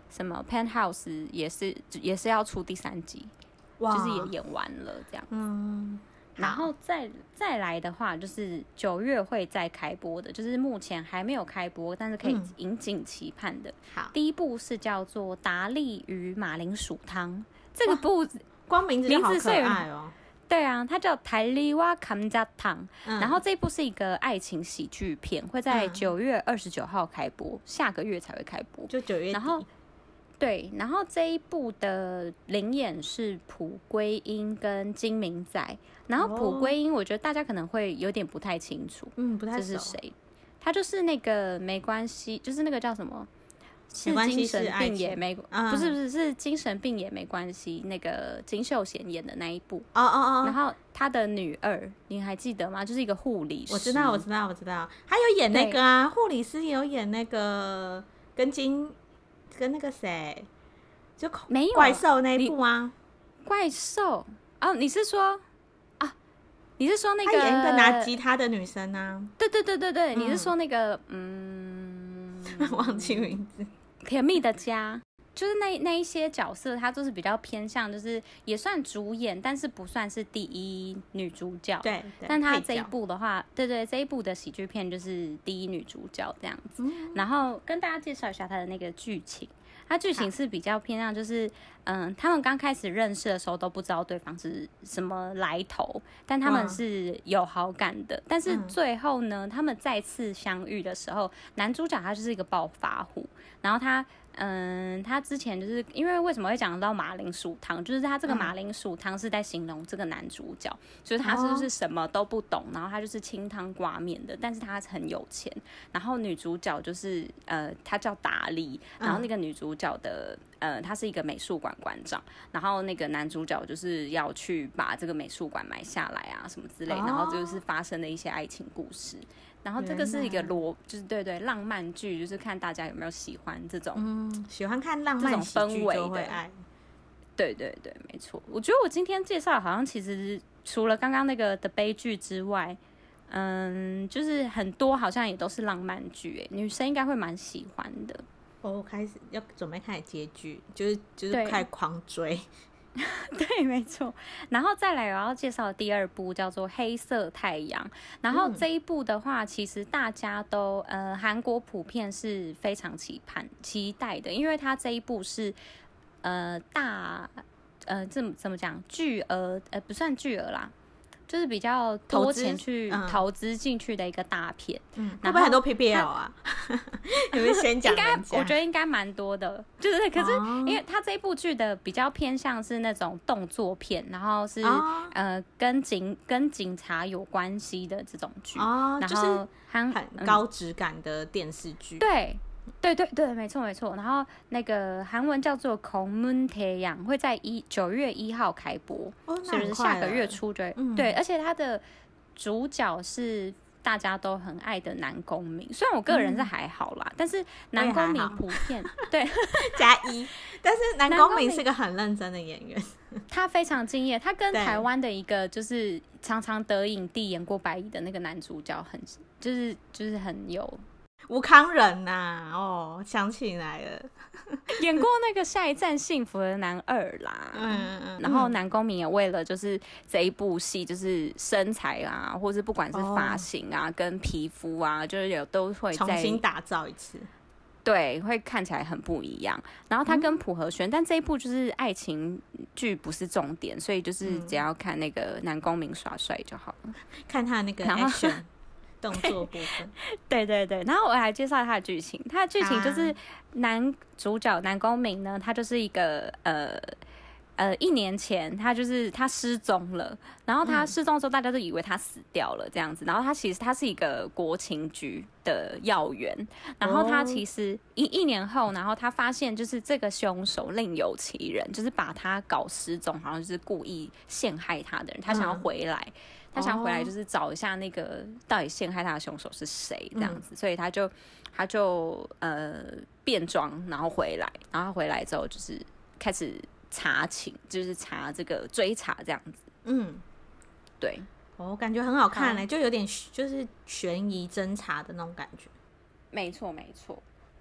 S1: 什么 Penthouse 也是也是要出第三集，就是也演完了这样子。
S2: 嗯，
S1: 然后再再来的话，就是九月会再开播的，就是目前还没有开播，但是可以引颈期盼的。
S2: 好、嗯，
S1: 第一部是叫做《达利与马铃薯汤》，这个部
S2: 光名字就好可爱哦。
S1: 对啊，它叫《台里瓦康加汤》，然后这一部是一个爱情喜剧片，会在九月二十九号开播，嗯、下个月才会开播，
S2: 就九月底。
S1: 然后对，然后这一部的领演是朴圭英跟金明仔，然后朴圭英我觉得大家可能会有点不太清楚，
S2: 嗯，不太
S1: 熟，这是谁？他就是那个没关系，就是那个叫什么？是精神病也没，
S2: 嗯、
S1: 不是不是是精神病也没关系。那个金秀贤演的那一部，
S2: 哦哦哦，
S1: 然后他的女二你还记得吗？就是一个护理师，
S2: 我知道我知道我知道，还有演那个啊，护理师也有演那个跟金跟那个谁，就
S1: 没有
S2: 怪兽那一部啊，
S1: 怪兽哦，你是说啊？你是说那个
S2: 他演一个拿吉他的女生啊？
S1: 对对对对对，嗯、你是说那个嗯，
S2: 忘记名字。
S1: 甜蜜的家，就是那那一些角色，他都是比较偏向，就是也算主演，但是不算是第一女主角。
S2: 对，
S1: 但他这一部的话，对对，这一部的喜剧片就是第一女主角这样子。嗯、然后跟大家介绍一下他的那个剧情。它剧情是比较偏向，就是嗯，他们刚开始认识的时候都不知道对方是什么来头，但他们是有好感的。但是最后呢，他们再次相遇的时候，男主角他就是一个暴发户，然后他。嗯，他之前就是因为为什么会讲到马铃薯汤，就是他这个马铃薯汤是在形容这个男主角，就是他是不是什么都不懂，然后他就是清汤挂面的，但是他很有钱。然后女主角就是呃，她叫达利，然后那个女主角的呃，她是一个美术馆馆长，然后那个男主角就是要去把这个美术馆买下来啊什么之类，然后就是发生了一些爱情故事。然后这个是一个罗，就是对对浪漫剧，就是看大家有没有喜欢这种，
S2: 嗯，喜欢看浪漫喜剧就会爱。
S1: 对对对，没错。我觉得我今天介绍好像其实除了刚刚那个的悲剧之外，嗯，就是很多好像也都是浪漫剧，哎，女生应该会蛮喜欢的。
S2: 哦，开始要准备开始接剧，就是就是开始狂追。
S1: 对，没错。然后再来我要介绍的第二部叫做《黑色太阳》，然后这一部的话，其实大家都呃韩国普遍是非常期盼期待的，因为它这一部是呃大呃怎么怎么讲巨额呃不算巨额啦。就是比较多钱去投资进去的一个大片，
S2: 嗯，会不会很多 P P L 啊？有没有先讲？
S1: 应该我觉得应该蛮多的，就是可是因为他这一部剧的比较偏向是那种动作片，然后是、哦、呃跟警跟警察有关系的这种剧，
S2: 哦，
S1: 然后
S2: 就是很高质感的电视剧，
S1: 嗯、对。对对对，没错没错。然后那个韩文叫做《孔문태양》，会在一九月一号开播，
S2: 哦，
S1: 所以就是下个月初就、嗯、对。而且它的主角是大家都很爱的南宫珉，虽然我个人是还好啦，嗯、但是南宫珉普遍对
S2: 加一，但是南宫珉是个很认真的演员，
S1: 他非常敬业。他跟台湾的一个就是常常得影帝演过白蚁的那个男主角很就是就是很有。
S2: 吴康仁呐、啊，哦，想起来了，
S1: 演过那个《下一站幸福的男二》啦，嗯嗯，然后南宫珉也为了就是这一部戏，就是身材啊，或是不管是发型啊、哦、跟皮肤啊，就是有都会再
S2: 重新打造一次，
S1: 对，会看起来很不一样。然后他跟朴和宣、嗯，但这一部就是爱情剧不是重点，所以就是只要看那个南宫珉耍帅就好了，
S2: 看他那个 action。动作部分，
S1: 对对对，然后我来介绍他的剧情。他的剧情就是男主角南宫珉呢，他就是一个呃呃一年前他就是他失踪了，然后他失踪之后大家都以为他死掉了这样子，然后他其实他是一个国情局的要员，然后他其实一一年后，然后他发现就是这个凶手另有其人，就是把他搞失踪，好像就是故意陷害他的人，他想要回来。嗯他想回来就是找一下那个到底陷害他的凶手是谁这样子、嗯，所以他就他就呃变装，然后回来，然后回来之后就是开始查情，就是查这个追查这样子。嗯，对，
S2: 哦，感觉很好看嘞、欸，就有点就是悬疑侦查的那种感觉。
S1: 没错没错。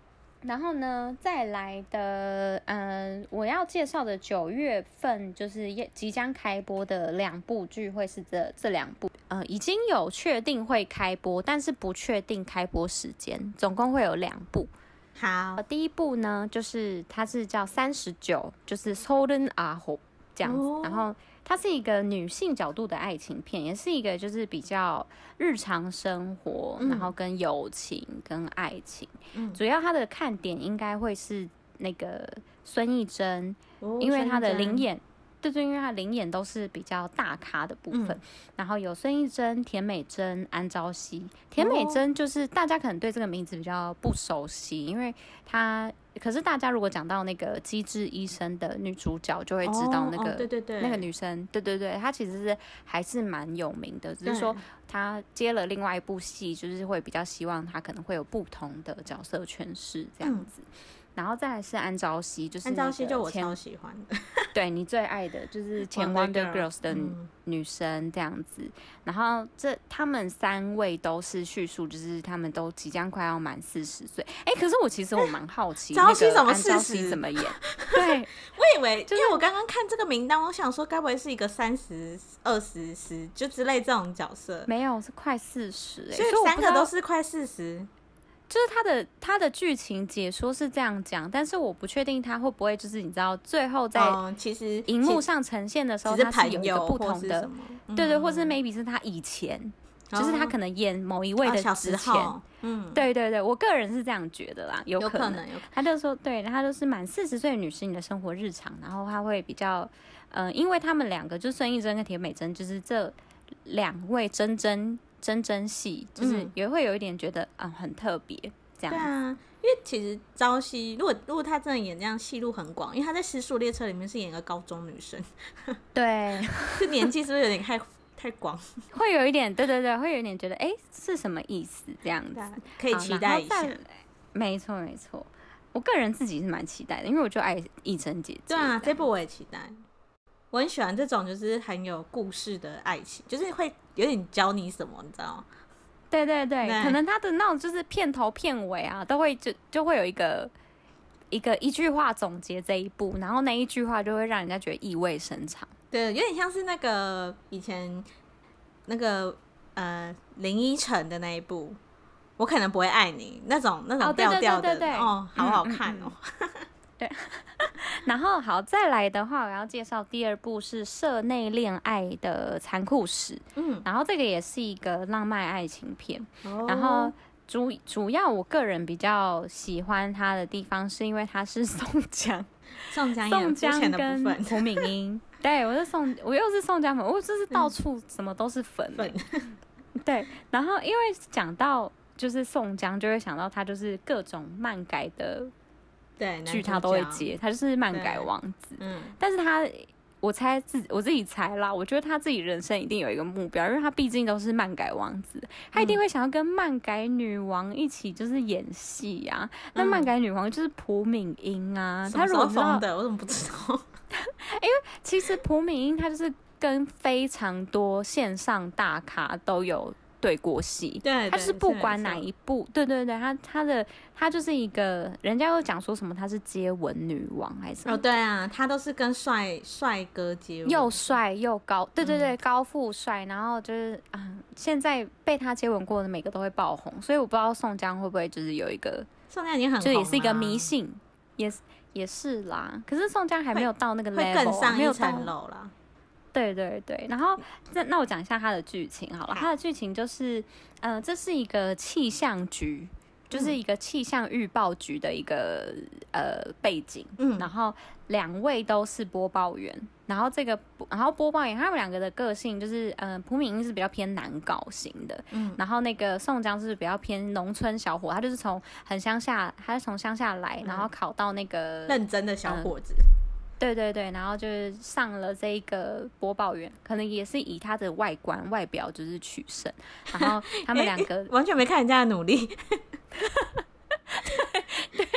S1: 然后呢，再来的，嗯、呃，我要介绍的九月份就是即将开播的两部剧，会是这这两部，呃，已经有确定会开播，但是不确定开播时间，总共会有两部。
S2: 好，
S1: 第一部呢，就是它是叫三十九，就是소른 아홉这样子，哦、然后它是一个女性角度的爱情片，也是一个就是比较日常生活，嗯、然后跟友情跟爱情，嗯、主要它的看点应该会是那个孙艺珍，哦、因为她的灵演。对对，因为他灵演都是比较大咖的部分，嗯、然后有孙艺珍、田美珍、安昭熙。田美珍就是大家可能对这个名字比较不熟悉，因为她可是大家如果讲到那个《机智医生》的女主角，就会知道那个、
S2: 哦哦、对对对，
S1: 那个女生，对对对，她其实是还是蛮有名的，只是说她接了另外一部戏，就是会比较希望她可能会有不同的角色诠释这样子。嗯然后再来是安昭熙，就是
S2: 安昭熙就我超喜欢的，
S1: 对你最爱的就是前 Wonder Girls 的女生这样子。嗯、然后这他们三位都是叙述，就是他们都即将快要满四十岁。哎，可是我其实我蛮好奇，
S2: 昭熙怎么
S1: 四十怎么演？对，
S2: 我以为就是因为我刚刚看这个名单，我想说该不会是一个三十、二十、十就之类这种角色？
S1: 没有，是快四十，
S2: 所以三个都是快四十。
S1: 就是他的他的剧情解说是这样讲，但是我不确定他会不会就是你知道最后在
S2: 其实
S1: 荧幕上呈现的时候，他是有一个不同的，
S2: 嗯、
S1: 对对，或是 maybe 是他以前，哦、就是他可能演某一位的之前，
S2: 哦、嗯，
S1: 对对对，我个人是这样觉得啦，有可能，
S2: 有可能
S1: 他就说对，他就是满四十岁的女性的生活日常，然后他会比较，呃，因为他们两个就是孙艺珍跟田美珍，就是这两位真真。真真戏就是也会有一点觉得啊、嗯、很特别这样子。
S2: 对啊，因为其实朝夕如果如果他真的演这样戏路很广，因为他在《失速列车》里面是演一个高中女生，
S1: 对，
S2: 这年纪是不是有点太太广？
S1: 会有一点，对对对，会有一点觉得哎是什么意思这样子，
S2: 可以期待一下。
S1: 没错没错，我个人自己是蛮期待的，因为我就爱奕晨姐姐。
S2: 对啊，这部我也期待。我很喜欢这种就是很有故事的爱情，就是会有点教你什么，你知道吗？
S1: 对对 对, 对，可能他的那种就是片头片尾啊，都会就就会有一个一个一句话总结这一部，然后那一句话就会让人家觉得意味深长。
S2: 对，有点像是那个以前那个呃林依晨的那一部，我可能不会爱你那种那种调调的，哦，好好看哦。嗯嗯嗯
S1: 对，然后好再来的话，我要介绍第二部是社内恋爱的残酷史，嗯，然后这个也是一个浪漫爱情片，哦、然后主主要我个人比较喜欢它的地方，是因为它是宋江，
S2: 宋江
S1: 宋江跟朴敏英，对我是宋，我又是宋江粉，我就是到处什么都是粉，欸嗯、对，然后因为讲到就是宋江，就会想到他就是各种漫改的。
S2: 对，
S1: 剧他都会接，他就是漫改王子。嗯，但是他，我猜自我自己猜啦，我觉得他自己人生一定有一个目标，因为他毕竟都是漫改王子，他一定会想要跟漫改女王一起就是演戏啊。嗯、那漫改女王就是朴敏英啊，
S2: 他如果疯的，我怎么不知道？
S1: 因为其实朴敏英她就是跟非常多线上大咖都有。对过戏，
S2: 对，
S1: 他就是不管哪一部，对对对，他他的他就是一个，人家又讲说什么他是接吻女王还是什么？
S2: 哦，对啊，他都是跟帅帅哥接吻，
S1: 又帅又高，对对对，嗯、高富帅，然后就是啊、嗯，现在被他接吻过的每个都会爆红，所以我不知道宋江会不会就是有一个，
S2: 宋江已经很红了，
S1: 就也是一个迷信，也是也是啦，可是宋江还没有到那个 level，、
S2: 啊、会更上一层楼啦。
S1: 对对对，然后那我讲一下它的剧情好了。它的剧情就是，呃，这是一个气象局，就是一个气象预报局的一个呃背景。嗯，然后两位都是播报员，然后这个然后播报员他们两个的个性就是，呃，朴敏英是比较偏难搞型的，嗯，然后那个宋江是比较偏农村小伙，他就是从很乡下，他是从乡下来，然后考到那个、
S2: 嗯、认真的小伙子。
S1: 呃对对对，然后就是上了这个播报员，可能也是以他的外观外表就是取胜，然后他们两个、
S2: 欸、完全没看人家的努力。
S1: 对对，哎，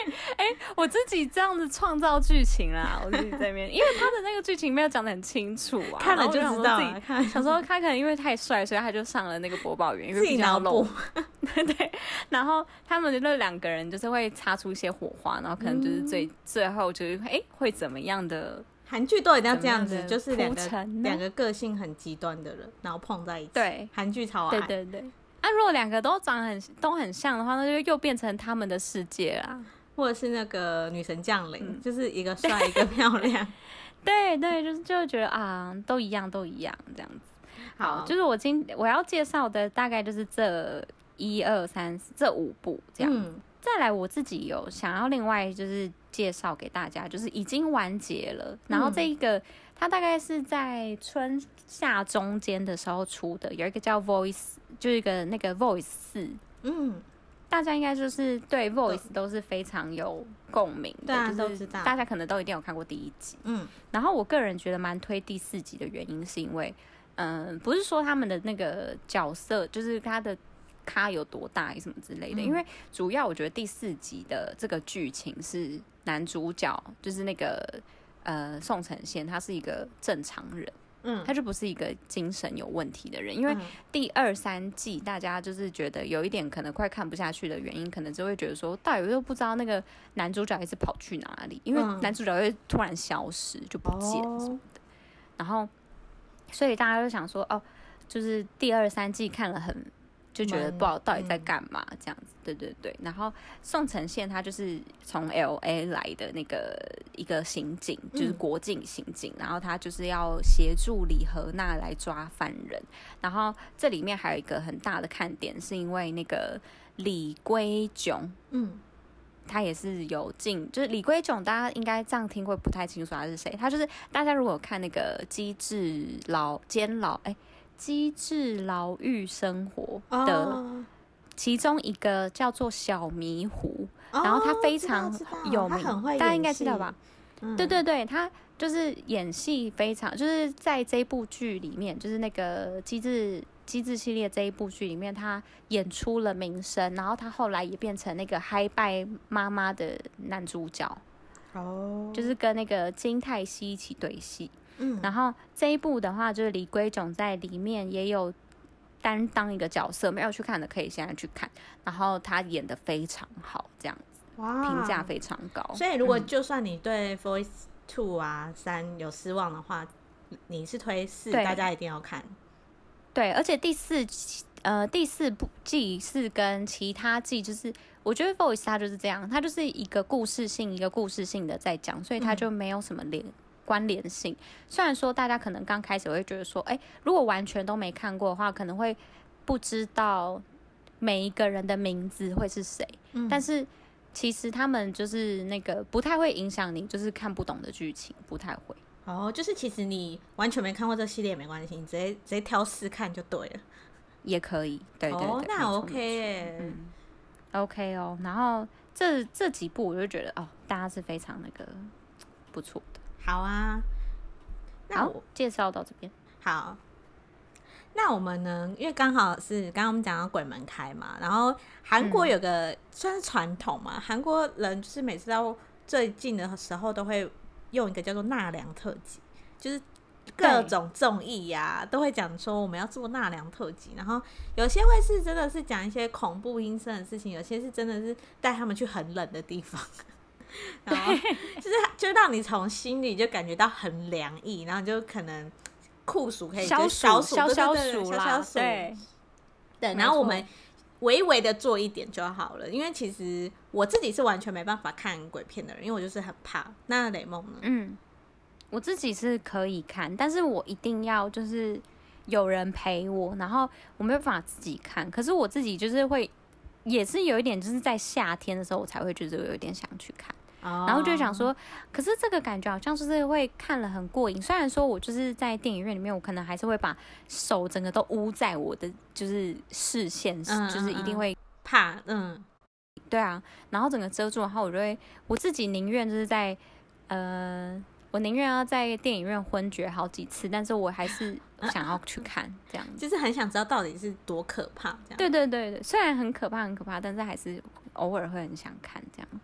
S1: 我自己这样子创造剧情啦，我自己在那边，因为他的那个剧情没有讲得很清楚啊，
S2: 看了就知道了。
S1: 看想说他可能因为太帅，所以他就上了那个播报员，因为
S2: 自己脑补。
S1: 对，然后他们就两个人就是会擦出一些火花，然后可能就是最、嗯、最后就是哎会怎么样的。
S2: 韩剧都一定要这样子，就是两个两个个性很极端的人，然后碰在一起。
S1: 对，
S2: 韩剧超爱。
S1: 对对对。啊，如果两个都长很都很像的话，那就又变成他们的世界啦。
S2: 或者是那个女神降临、嗯，就是一个帅一个漂亮。
S1: 对对，就是就觉得啊，都一样都一样这样子。好，就是我今我要介绍的大概就是这一二三这五部这样子。嗯，再来我自己有想要另外就是介绍给大家，就是已经完结了，然后这一个、嗯、它大概是在春夏中间的时候出的，有一个叫 Voice， 就是一个那个 Voice 四，嗯，大家应该就是对 Voice 都是非常有共鸣的，
S2: 对、
S1: 就是大家可能都一定有看过第一集，嗯，然后我个人觉得蛮推第四集的原因是因为，嗯、呃，不是说他们的那个角色就是他的咖有多大什么之类的、嗯，因为主要我觉得第四集的这个剧情是男主角就是那个呃宋承宪，他是一个正常人，嗯，他就不是一个精神有问题的人。因为第二三季大家就是觉得有一点可能快看不下去的原因，可能就会觉得说，到底又不知道那个男主角一直跑去哪里，因为男主角会突然消失就不见什么的，然后所以大家就想说，哦，就是第二三季看了很。就觉得不知道到底在干嘛这样子、嗯，对对对。然后宋承宪他就是从 L A 来的那个一个刑警，就是国境刑警、嗯，然后他就是要协助李荷娜来抓犯人。然后这里面还有一个很大的看点，是因为那个李圭炯，嗯，他也是有进，就是李圭炯，大家应该这样听会不太清楚他是谁。他就是大家如果看那个机智牢监牢，哎。机智牢狱生活的其中一个叫做小迷糊，哦、然后他非常有名，大家应该知道吧、嗯？对对对，他就是演戏非常，就是在这一部剧里面，就是那个机智机智系列这一部剧里面，他演出了名声，然后他后来也变成那个嗨拜妈妈的男主角，哦，就是跟那个金泰熙一起对戏。嗯，然后这一部的话，就是李圭炯在里面也有担当一个角色，没有去看的可以现在去看。然后他演得非常好，这样子，哇，评价非常高。
S2: 所以如果就算你对 Voice Two 啊三有失望的话，你是推四，大家一定要看。
S1: 对，而且第四呃第四部季是跟其他季，就是我觉得 Voice 它就是这样，它就是一个故事性一个故事性的在讲，所以它就没有什么连。嗯关联性，虽然说大家可能刚开始会觉得说，哎、欸，如果完全都没看过的话，可能会不知道每一个人的名字会是谁、嗯，但是其实他们就是那个不太会影响你，就是看不懂的剧情，不太会。
S2: 哦，就是其实你完全没看过这系列也没关系，你直接直接挑四看就对了，
S1: 也可以。对对对，
S2: 哦、那 OK 耶，
S1: 嗯 ，OK 哦。然后这这几部我就觉得哦，大家是非常那个不错的。
S2: 好啊，那我
S1: 介绍到这边。
S2: 好，那我们呢？因为刚好是刚刚我们讲到鬼门开嘛，然后韩国有个、嗯、算是传统嘛，韩国人就是每次到最近的时候都会用一个叫做纳凉特辑，就是各种综艺呀、啊、都会讲说我们要做纳凉特辑，然后有些会是真的是讲一些恐怖阴森的事情，有些是真的是带他们去很冷的地方。然后就是就让你从心里就感觉到很凉意，然后就可能酷暑可以
S1: 消
S2: 消
S1: 暑消消暑
S2: 啦，对对，然后我们微微的做一点就好了，因为其实我自己是完全没办法看鬼片的人，因为我就是很怕。那雷梦呢？
S1: 嗯，我自己是可以看，但是我一定要就是有人陪我，然后我没有办法自己看，可是我自己就是会。也是有一点，就是在夏天的时候，我才会觉得有一点想去看， oh. 然后就想说，可是这个感觉好像就是会看了很过瘾。虽然说我就是在电影院里面，我可能还是会把手整个都捂在我的就是视线，嗯、就是一定会
S2: 怕，嗯，
S1: 对啊，然后整个遮住，然后我就会我自己宁愿就是在呃。我宁愿要在电影院昏厥好几次，但是我还是想要去看，这样子
S2: 就是很想知道到底是多可怕。这样
S1: 对对对对，虽然很可怕很可怕，但是还是偶尔会很想看这样子。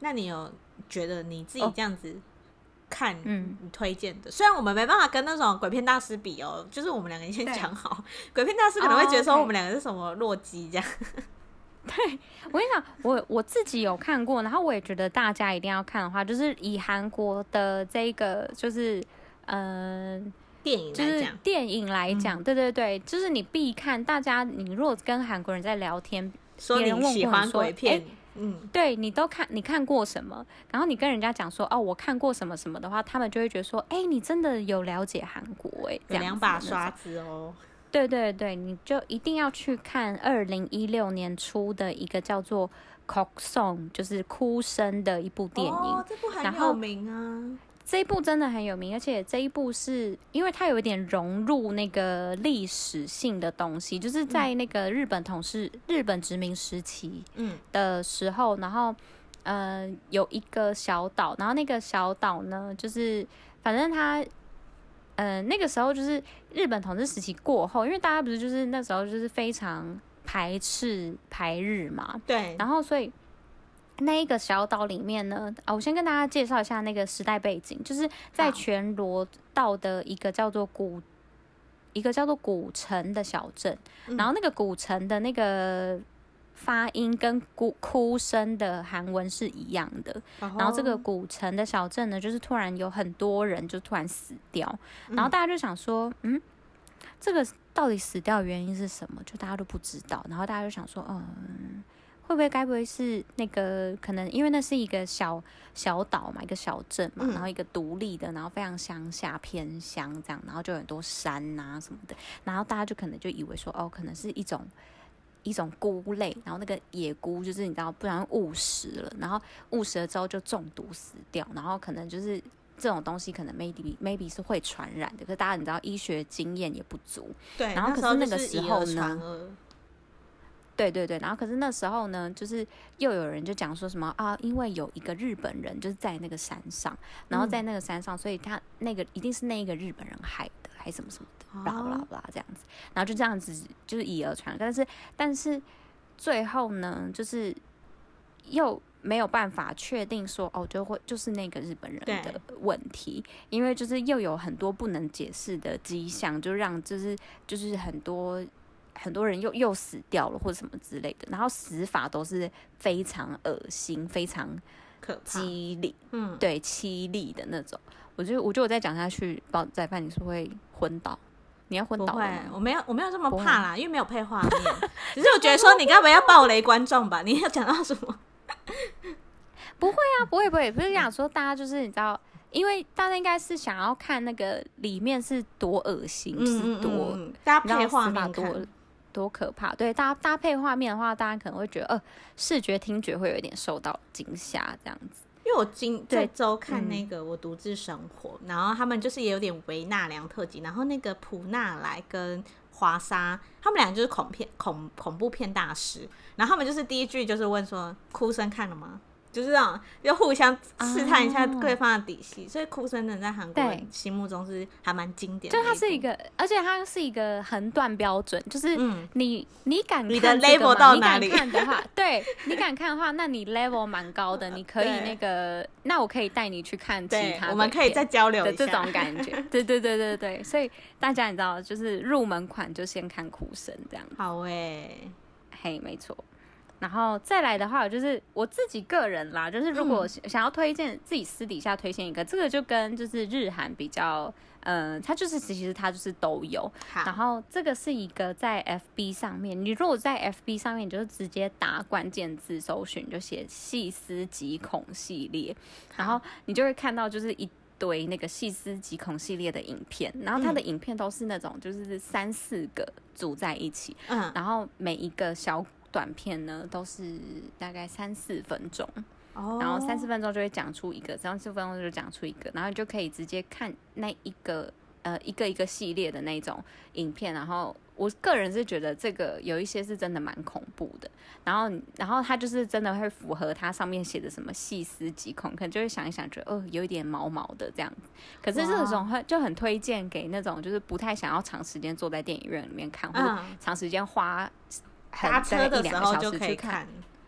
S2: 那你有觉得你自己这样子看
S1: 嗯
S2: 你推荐的？虽然我们没办法跟那种鬼片大师比哦，就是我们两个先讲好，鬼片大师可能会觉得说我们两个是什么弱鸡这样。
S1: 对，我跟你讲，我我自己有看过，然后我也觉得大家一定要看的话，就是以韩国的这个就是嗯。呃
S2: 电影来讲，
S1: 就是电影来讲，嗯、对对对，就是你必看。大家，你如果跟韩国人在聊天，
S2: 说你喜欢鬼片，嗯，
S1: 对你都看，你看过什么？然后你跟人家讲说，哦，我看过什么什么的话，他们就会觉得说，哎，你真的有了解韩国，哎，
S2: 有两把刷子哦。
S1: 对对对，你就一定要去看二零一六年出的一个叫做《Cock Song》，就是哭声的一部电影。
S2: 哦，这部很有名啊。
S1: 这一部真的很有名，而且这一部是因为它有一点融入那个历史性的东西，就是在那个日本统治、嗯、日本殖民时期的时候，然后呃有一个小岛，然后那个小岛呢，就是反正它呃那个时候就是日本统治时期过后，因为大家不是就是那时候就是非常排斥排日嘛，
S2: 对，
S1: 然后所以。那一个小岛里面呢，啊，我先跟大家介绍一下那个时代背景，就是在全罗道的一个叫做古一个叫做古城的小镇，嗯、然后那个古城的那个发音跟哭哭声的韩文是一样的，哦、然后这个古城的小镇呢，就是突然有很多人就突然死掉，嗯、然后大家就想说，嗯，这个到底死掉的原因是什么？就大家都不知道，然后大家就想说，嗯。会不会该不会是那个可能因为那是一个小小岛嘛，一个小镇嘛，嗯、然后一个独立的，然后非常乡下偏乡这样，然后就有很多山啊什么的，然后大家就可能就以为说哦，可能是一种一种菇类，然后那个野菇就是你知道不然误食了，然后误食了之后就中毒死掉，然后可能就是这种东西可能 maybe maybe 是会传染的，可是大家你知道医学经验也不足，
S2: 对，
S1: 然后可是那个时候呢。
S2: 对
S1: 对对，然后可是那时候呢，就是又有人就讲说什么啊，因为有一个日本人就是在那个山上，然后在那个山上，嗯、所以他那个一定是那一个日本人害的，还是什么什么的，巴拉巴拉巴拉这样子，然后就这样子就是以讹传讹，但是但是最后呢，就是又没有办法确定说哦，就会就是那个日本人的问题，因为就是又有很多不能解释的迹象，就让就是就是很多。很多人又又死掉了或者什么之类的，然后死法都是非常恶心、非常激励，嗯，对，凄厉的那种。我觉得，我觉得我再讲下去，包仔饭你是会昏倒，你要昏倒的吗？
S2: 不会，我没有，我没有这么怕啦，因为没有配画面。只是我觉得说，你该不会要爆雷观众吧？你要讲到什么？
S1: 不会啊，不会不会，不是想说大家就是你知道。因为大家应该是想要看那个里面是多恶心，嗯、就是多
S2: 搭配画面
S1: 多多可怕。对，搭搭配画面的话，大家可能会觉得，呃，视觉听觉会有一点受到惊吓这样子。
S2: 因为我今这周看那个《我独自生活》嗯，然后他们就是也有点为纳凉特辑，然后那个普纳莱跟华莎，他们俩就是恐片恐恐怖片大师，然后他们就是第一句就是问说：“哭声看了吗？”就是这样，要互相试探一下对方的底细， oh. 所以哭声人在韩国人心目中是还蛮经典的。
S1: 就它是一个，而且它是一个横断标准，就是你、嗯、你敢看
S2: 你的 level 到哪里？
S1: 你敢看的话，对，你敢看的话，那你 level 蛮高的，你可以那个，那我可以带你去看其他的，
S2: 我们可以再交流一
S1: 下的这种感觉。对对对对对，所以大家你知道，就是入门款就先看哭声这样。
S2: 好诶、欸，
S1: 嘿，没错。然后再来的话，就是我自己个人啦，就是如果想要推荐、嗯、自己私底下推荐一个，这个就跟就是日韩比较，嗯、呃，它就是其实它就是都有。然后这个是一个在 F B 上面，你如果在 F B 上面，你就直接打关键字搜寻，就写细思极恐系列，然后你就会看到就是一堆那个细思极恐系列的影片，然后它的影片都是那种就是三四个组在一起，嗯，然后每一个小短片呢都是大概三四分钟，哦，然后三四分钟就会讲出一个，三四分钟就讲出一个，然后你就可以直接看那一个呃一个一个系列的那种影片，然后我个人是觉得这个有一些是真的蛮恐怖的，然后然后它就是真的会符合它上面写的什么细思极恐，可能就会想一想觉得哦有一点毛毛的这样子，可是这种就很推荐给那种就是不太想要长时间坐在电影院里面看，或者长时间花。
S2: 搭车的时候就可以看，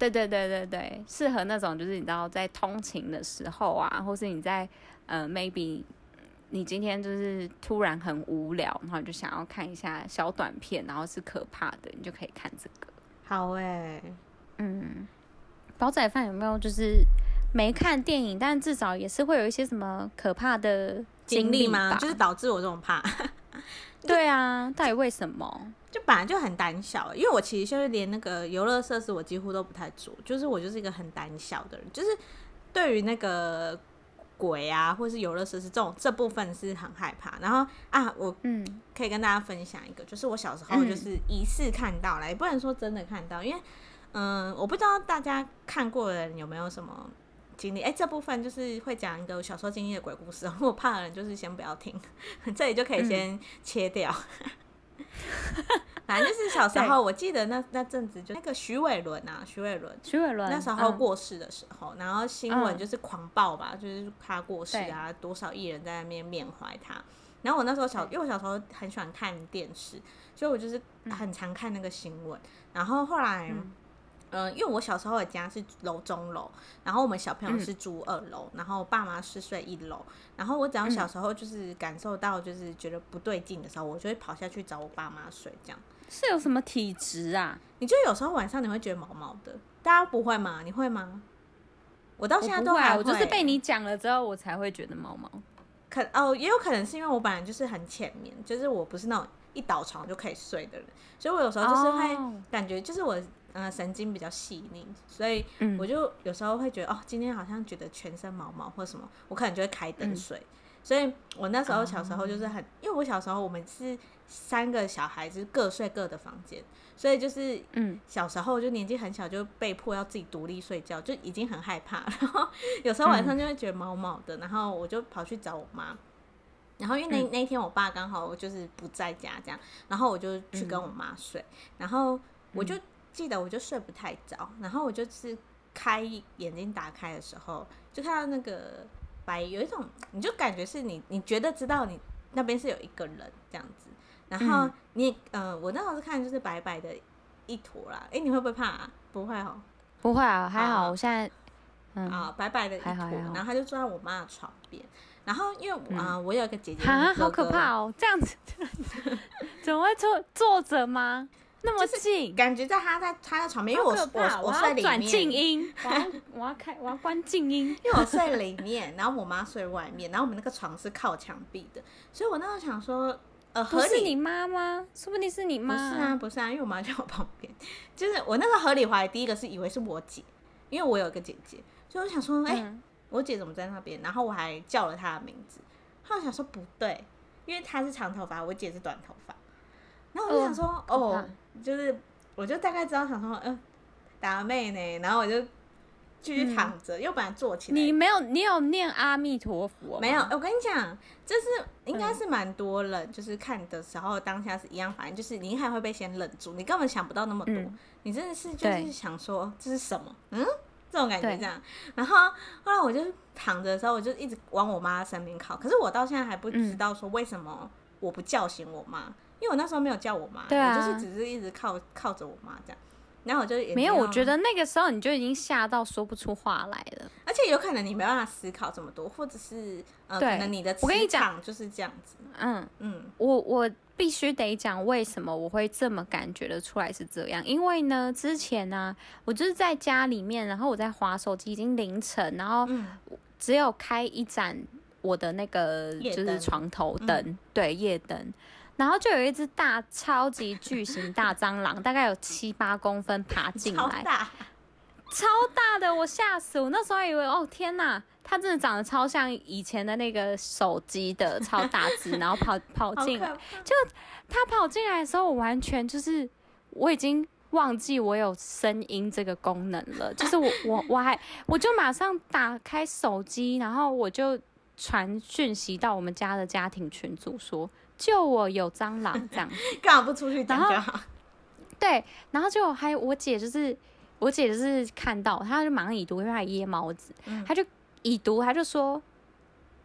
S1: 对对对对对，适合那种就是你知道在通勤的时候啊，或是你在呃 maybe 你今天就是突然很无聊，然后你就想要看一下小短片，然后是可怕的，你就可以看这个。
S2: 好哎、欸，
S1: 嗯，煲仔饭有没有就是没看电影，但至少也是会有一些什么可怕的经历
S2: 吗？就是导致我这种怕。
S1: 对啊，到底为什么？
S2: 就本来就很胆小，因为我其实就是连那个游乐设施我几乎都不太做，就是我就是一个很胆小的人，就是对于那个鬼啊或是游乐设施这种这部分是很害怕。然后啊，我嗯可以跟大家分享一个，就是我小时候就是疑似看到啦，也不能说真的看到，因为嗯我不知道大家看过的人有没有什么经历。哎、欸，这部分就是会讲一个我小时候经历的鬼故事，如果怕的人就是先不要听，这里就可以先切掉。嗯反正就是小时候，我记得那那阵子就那个徐伟伦啊，徐伟伦，
S1: 徐伟伦
S2: 那时候过世的时候，嗯、然后新闻就是狂爆吧，嗯、就是他过世啊，多少艺人在那边缅怀他。然后我那时候小，因为我小时候很喜欢看电视，所以我就是很常看那个新闻。然后后来。嗯嗯、呃，因为我小时候的家是楼中楼，然后我们小朋友是住二楼、嗯，然后爸妈是睡一楼，然后我只要小时候就是感受到就是觉得不对劲的时候，我就会跑下去找我爸妈睡，这样。
S1: 是有什么体质啊？
S2: 你就有时候晚上你会觉得毛毛的，大家不会吗？你会吗？我到现在都还会、欸，
S1: 我不会、啊，我就是被你讲了之后，我才会觉得毛毛。
S2: 可哦，也有可能是因为我本来就是很浅眠，就是我不是那种一倒床就可以睡的人，所以我有时候就是会感觉就是我。呃，神经比较细腻，所以我就有时候会觉得、嗯、哦，今天好像觉得全身毛毛或什么，我可能就会开灯睡、嗯。所以我那时候小时候就是很，哦、因为我小时候我们是三个小孩，就是各睡各的房间，所以就是嗯，小时候就年纪很小就被迫要自己独立睡觉，就已经很害怕。然后有时候晚上就会觉得毛毛的，然后我就跑去找我妈。然后因为那、嗯、那一天我爸刚好就是不在家，这样，然后我就去跟我妈睡，嗯、然后我就。记得我就睡不太着，然后我就是开眼睛打开的时候，就看到那个白，有一种你就感觉是你你觉得知道你那边是有一个人这样子，然后你嗯、呃，我那时候是看就是白白的一坨啦，哎，你会不会怕、啊？不会哦，
S1: 不会啊，还好，我现在
S2: 嗯啊白白的一坨，然后他就坐在我妈的床边，然后因为啊、嗯呃、我有一个姐姐
S1: 啊，好可怕哦，这样子怎么会坐坐着吗？那么近，
S2: 就是、感觉在他在他在床边，因为我我
S1: 我
S2: 睡里面，
S1: 转静音，我要我要开我要关静音，
S2: 因为我睡里面，然后我妈睡外面，然后我们那个床是靠墙壁的，所以我那时候想说，呃，
S1: 不是你妈吗？说不定是你妈、
S2: 啊，不是啊，不是啊，因为我妈在我旁边，就是我那时候合理怀疑，第一个是以为是我姐，因为我有一个姐姐，所以我想说，哎、欸嗯，我姐怎么在那边？然后我还叫了她的名字，后来想说不对，因为她是长头发，我姐是短头发。然后我就想说，哦，哦就是我就大概知道，想说，嗯、呃，打妹呢，然后我就继续躺着，又、嗯、本来坐起来。
S1: 你没有，你有念阿弥陀佛吗？
S2: 没有，我跟你讲，这是应该是蛮多人，嗯、就是看的时候当下是一样反应，就是你还会被先愣住，你根本想不到那么多，嗯、你真的是就是想说这是什么，嗯，这种感觉这样。然后后来我就躺着的时候，我就一直往我妈身边靠，可是我到现在还不知道说为什么我不叫醒我妈。因为我那时候没有叫我妈、啊，我就是只是一直靠靠着我妈这样，然后我就也
S1: 没有。我觉得那个时候你就已经吓到说不出话来了，
S2: 而且有可能你没办法思考这么多，或者是呃，可能你的磁场就是这样子。
S1: 嗯嗯，我我必须得讲为什么我会这么感觉得出来是这样，因为呢，之前呢、啊，我就是在家里面，然后我在滑手机，已经凌晨，然后只有开一盏我的那个就是床头灯，嗯、对，夜灯。然后就有一只大超级巨型大蟑螂，大概有七八公分爬进来，
S2: 超大，
S1: 超大的，我吓死我！那时候还以为哦天哪，它真的长得超像以前的那个手机的超大只，然后跑跑进来，就它跑进来的时候，我完全就是我已经忘记我有声音这个功能了，就是我我我还我就马上打开手机，然后我就传讯息到我们家的家庭群组说。就我有蟑螂这样，
S2: 干嘛不出去讲就好？
S1: 对，然后就还有我姐就是我姐就是看到，她就马上已读，因为她噎帽子，嗯、她就已读，她就说，她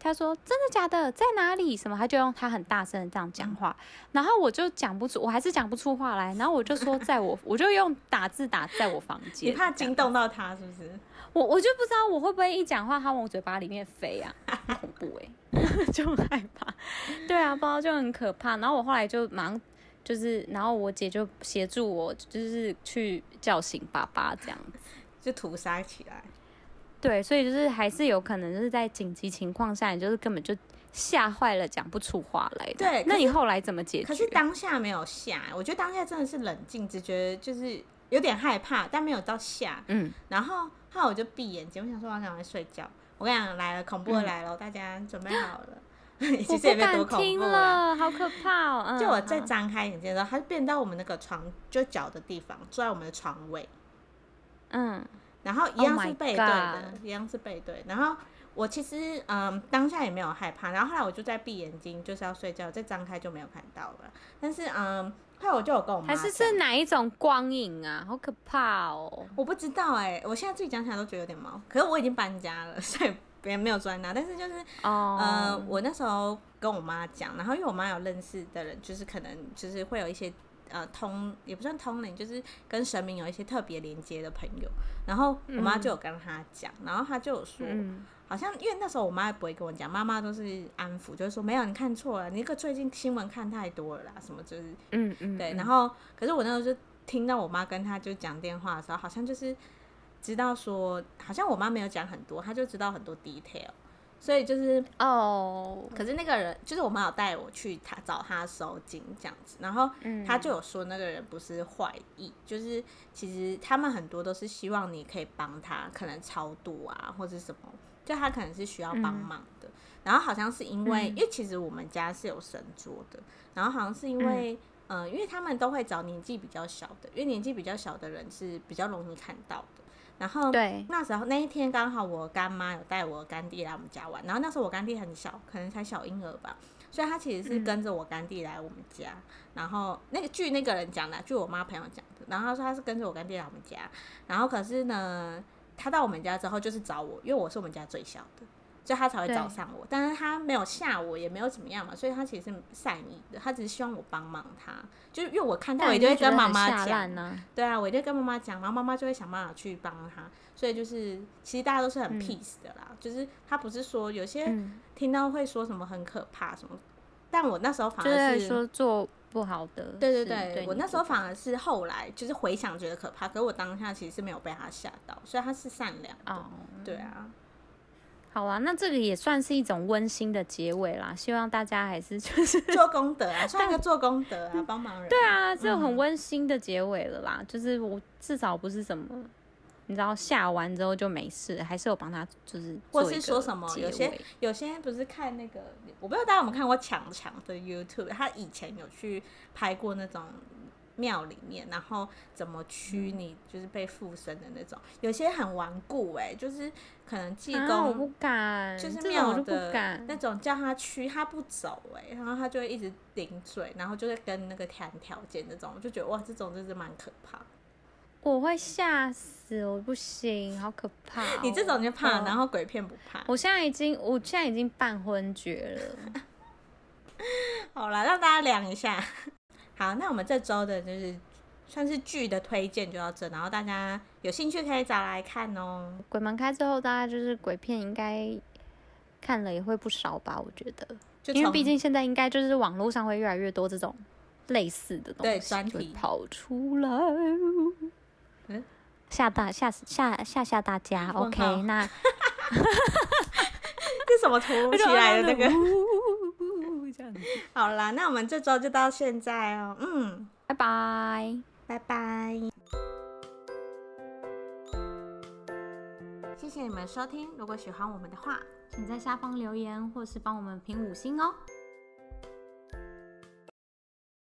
S1: 他说真的假的，在哪里？什么？他就用他很大声的这样讲话，嗯、然后我就讲不出，我还是讲不出话来。然后我就说在我，我就用打字打在我房间。
S2: 你怕惊动到他是不是？
S1: 我我就不知道我会不会一讲话，他往我嘴巴里面飞啊，很恐怖哎、欸，就很害怕。对啊，不知道就很可怕。然后我后来就马上就是，然后我姐就协助我，就是去叫醒爸爸这样子，
S2: 就屠杀起来。
S1: 对，所以就是还是有可能就是在紧急情况下，你就是根本就吓坏了，讲不出话来的。
S2: 对，
S1: 那你后来怎么解决？
S2: 可是当下没有吓，我觉得当下真的是冷静，只觉得就是有点害怕，但没有到吓。嗯，然后后来我就闭眼睛，我想说我要赶快睡觉。我跟你讲，来了，恐怖的来了，嗯、大家准备好了。其实也没有多恐怖
S1: 了，好可怕哦！嗯、
S2: 就我再张开眼睛的时候，他就变到我们那个床就脚的地方，坐在我们的床位。嗯。然后一样是背对的， oh、一样是背对。然后我其实嗯当下也没有害怕，然后后来我就在闭眼睛，就是要睡觉，再张开就没有看到了。但是嗯，后来我就有跟我妈讲，
S1: 还是是哪一种光影啊？好可怕哦！
S2: 我不知道哎、欸，我现在自己讲起来都觉得有点毛。可是我已经搬家了，所以别人没有住在那。但是就是哦， oh. 呃，我那时候跟我妈讲，然后因为我妈有认识的人，就是可能就是会有一些。呃，通也不算通灵，就是跟神明有一些特别连接的朋友。然后我妈就有跟他讲，嗯、然后他就有说，嗯、好像因为那时候我妈也不会跟我讲，妈妈都是安抚，就是说没有，你看错了，你那个最近新闻看太多了啦，什么就是，嗯嗯，对。然后，可是我那时候就听到我妈跟他就讲电话的时候，好像就是知道说，好像我妈没有讲很多，她就知道很多 detail。所以就是哦， oh. 可是那个人就是我妈有带我去他找他收金这样子，然后他就有说那个人不是坏意，嗯、就是其实他们很多都是希望你可以帮他，可能超度啊或者什么，就他可能是需要帮忙的。嗯、然后好像是因为，嗯、因为其实我们家是有神桌的，然后好像是因为，嗯、呃，因为他们都会找年纪比较小的，因为年纪比较小的人是比较容易看到的。然后那时候那一天刚好我干妈有带我干弟来我们家玩，然后那时候我干弟很小，可能才小婴儿吧，所以他其实是跟着我干弟来我们家。嗯、然后那个据那个人讲的，据我妈朋友讲的，然后他说他是跟着我干弟来我们家，然后可是呢，他到我们家之后就是找我，因为我是我们家最小的。所以他才会找上我，但是他没有吓我，也没有怎么样嘛，所以他其实是善意的，他只是希望我帮忙他，就是因为我看到我就会跟妈妈讲，啊、对啊，我就跟妈妈讲，然后妈妈就会想办法去帮他，所以就是其实大家都是很 peace 的啦，嗯、就是他不是说有些听到会说什么很可怕什么，但我那时候反而是、
S1: 就是、说做不好的，
S2: 对对 对, 對，我那时候反而是后来就是回想觉得可怕，可是我当下其实是没有被他吓到，所以他是善良的，哦、对啊。
S1: 好啊，那这个也算是一种温馨的结尾啦。希望大家还是就是
S2: 做功德啊，算一个做功德啊，帮忙人。
S1: 对啊，这种很温馨的结尾了啦。嗯、就是我至少不是什么，你知道下完之后就没事，还是有帮他就是做一个结尾。或是说什么，
S2: 有些有些不是看那个，我不知道大家有没有看过强强的 YouTube， 他以前有去拍过那种。庙里面，然后怎么驱你就是被附身的那种，有些很顽固哎、欸，就是可能济公、
S1: 啊、我不敢，
S2: 就是庙的那种叫他驱他不走哎、欸，然后他就会一直顶嘴，然后就会跟那个谈条件那种，我就觉得哇，这种就是蛮可怕。
S1: 我会吓死，我不行，好可怕、哦。
S2: 你这种就怕，然后鬼片不怕。
S1: 我现在已经，我现在已经半昏厥了。
S2: 好啦，让大家量一下。好，那我们这周的就是算是剧的推荐就到这，然后大家有兴趣可以找来看哦。
S1: 鬼门开之后，大家就是鬼片应该看了也会不少吧？我觉得，因为毕竟现在应该就是网络上会越来越多这种类似的东西，
S2: 对，专题
S1: 跑出来，嗯，吓大吓吓吓吓大家。OK， 那
S2: 这什么突如其来的那个？这样子好啦，那我们这周就到现在哦。嗯，
S1: 拜拜，
S2: 拜拜。谢谢你们收听，如果喜欢我们的话，
S1: 请在下方留言或是帮我们评五星哦。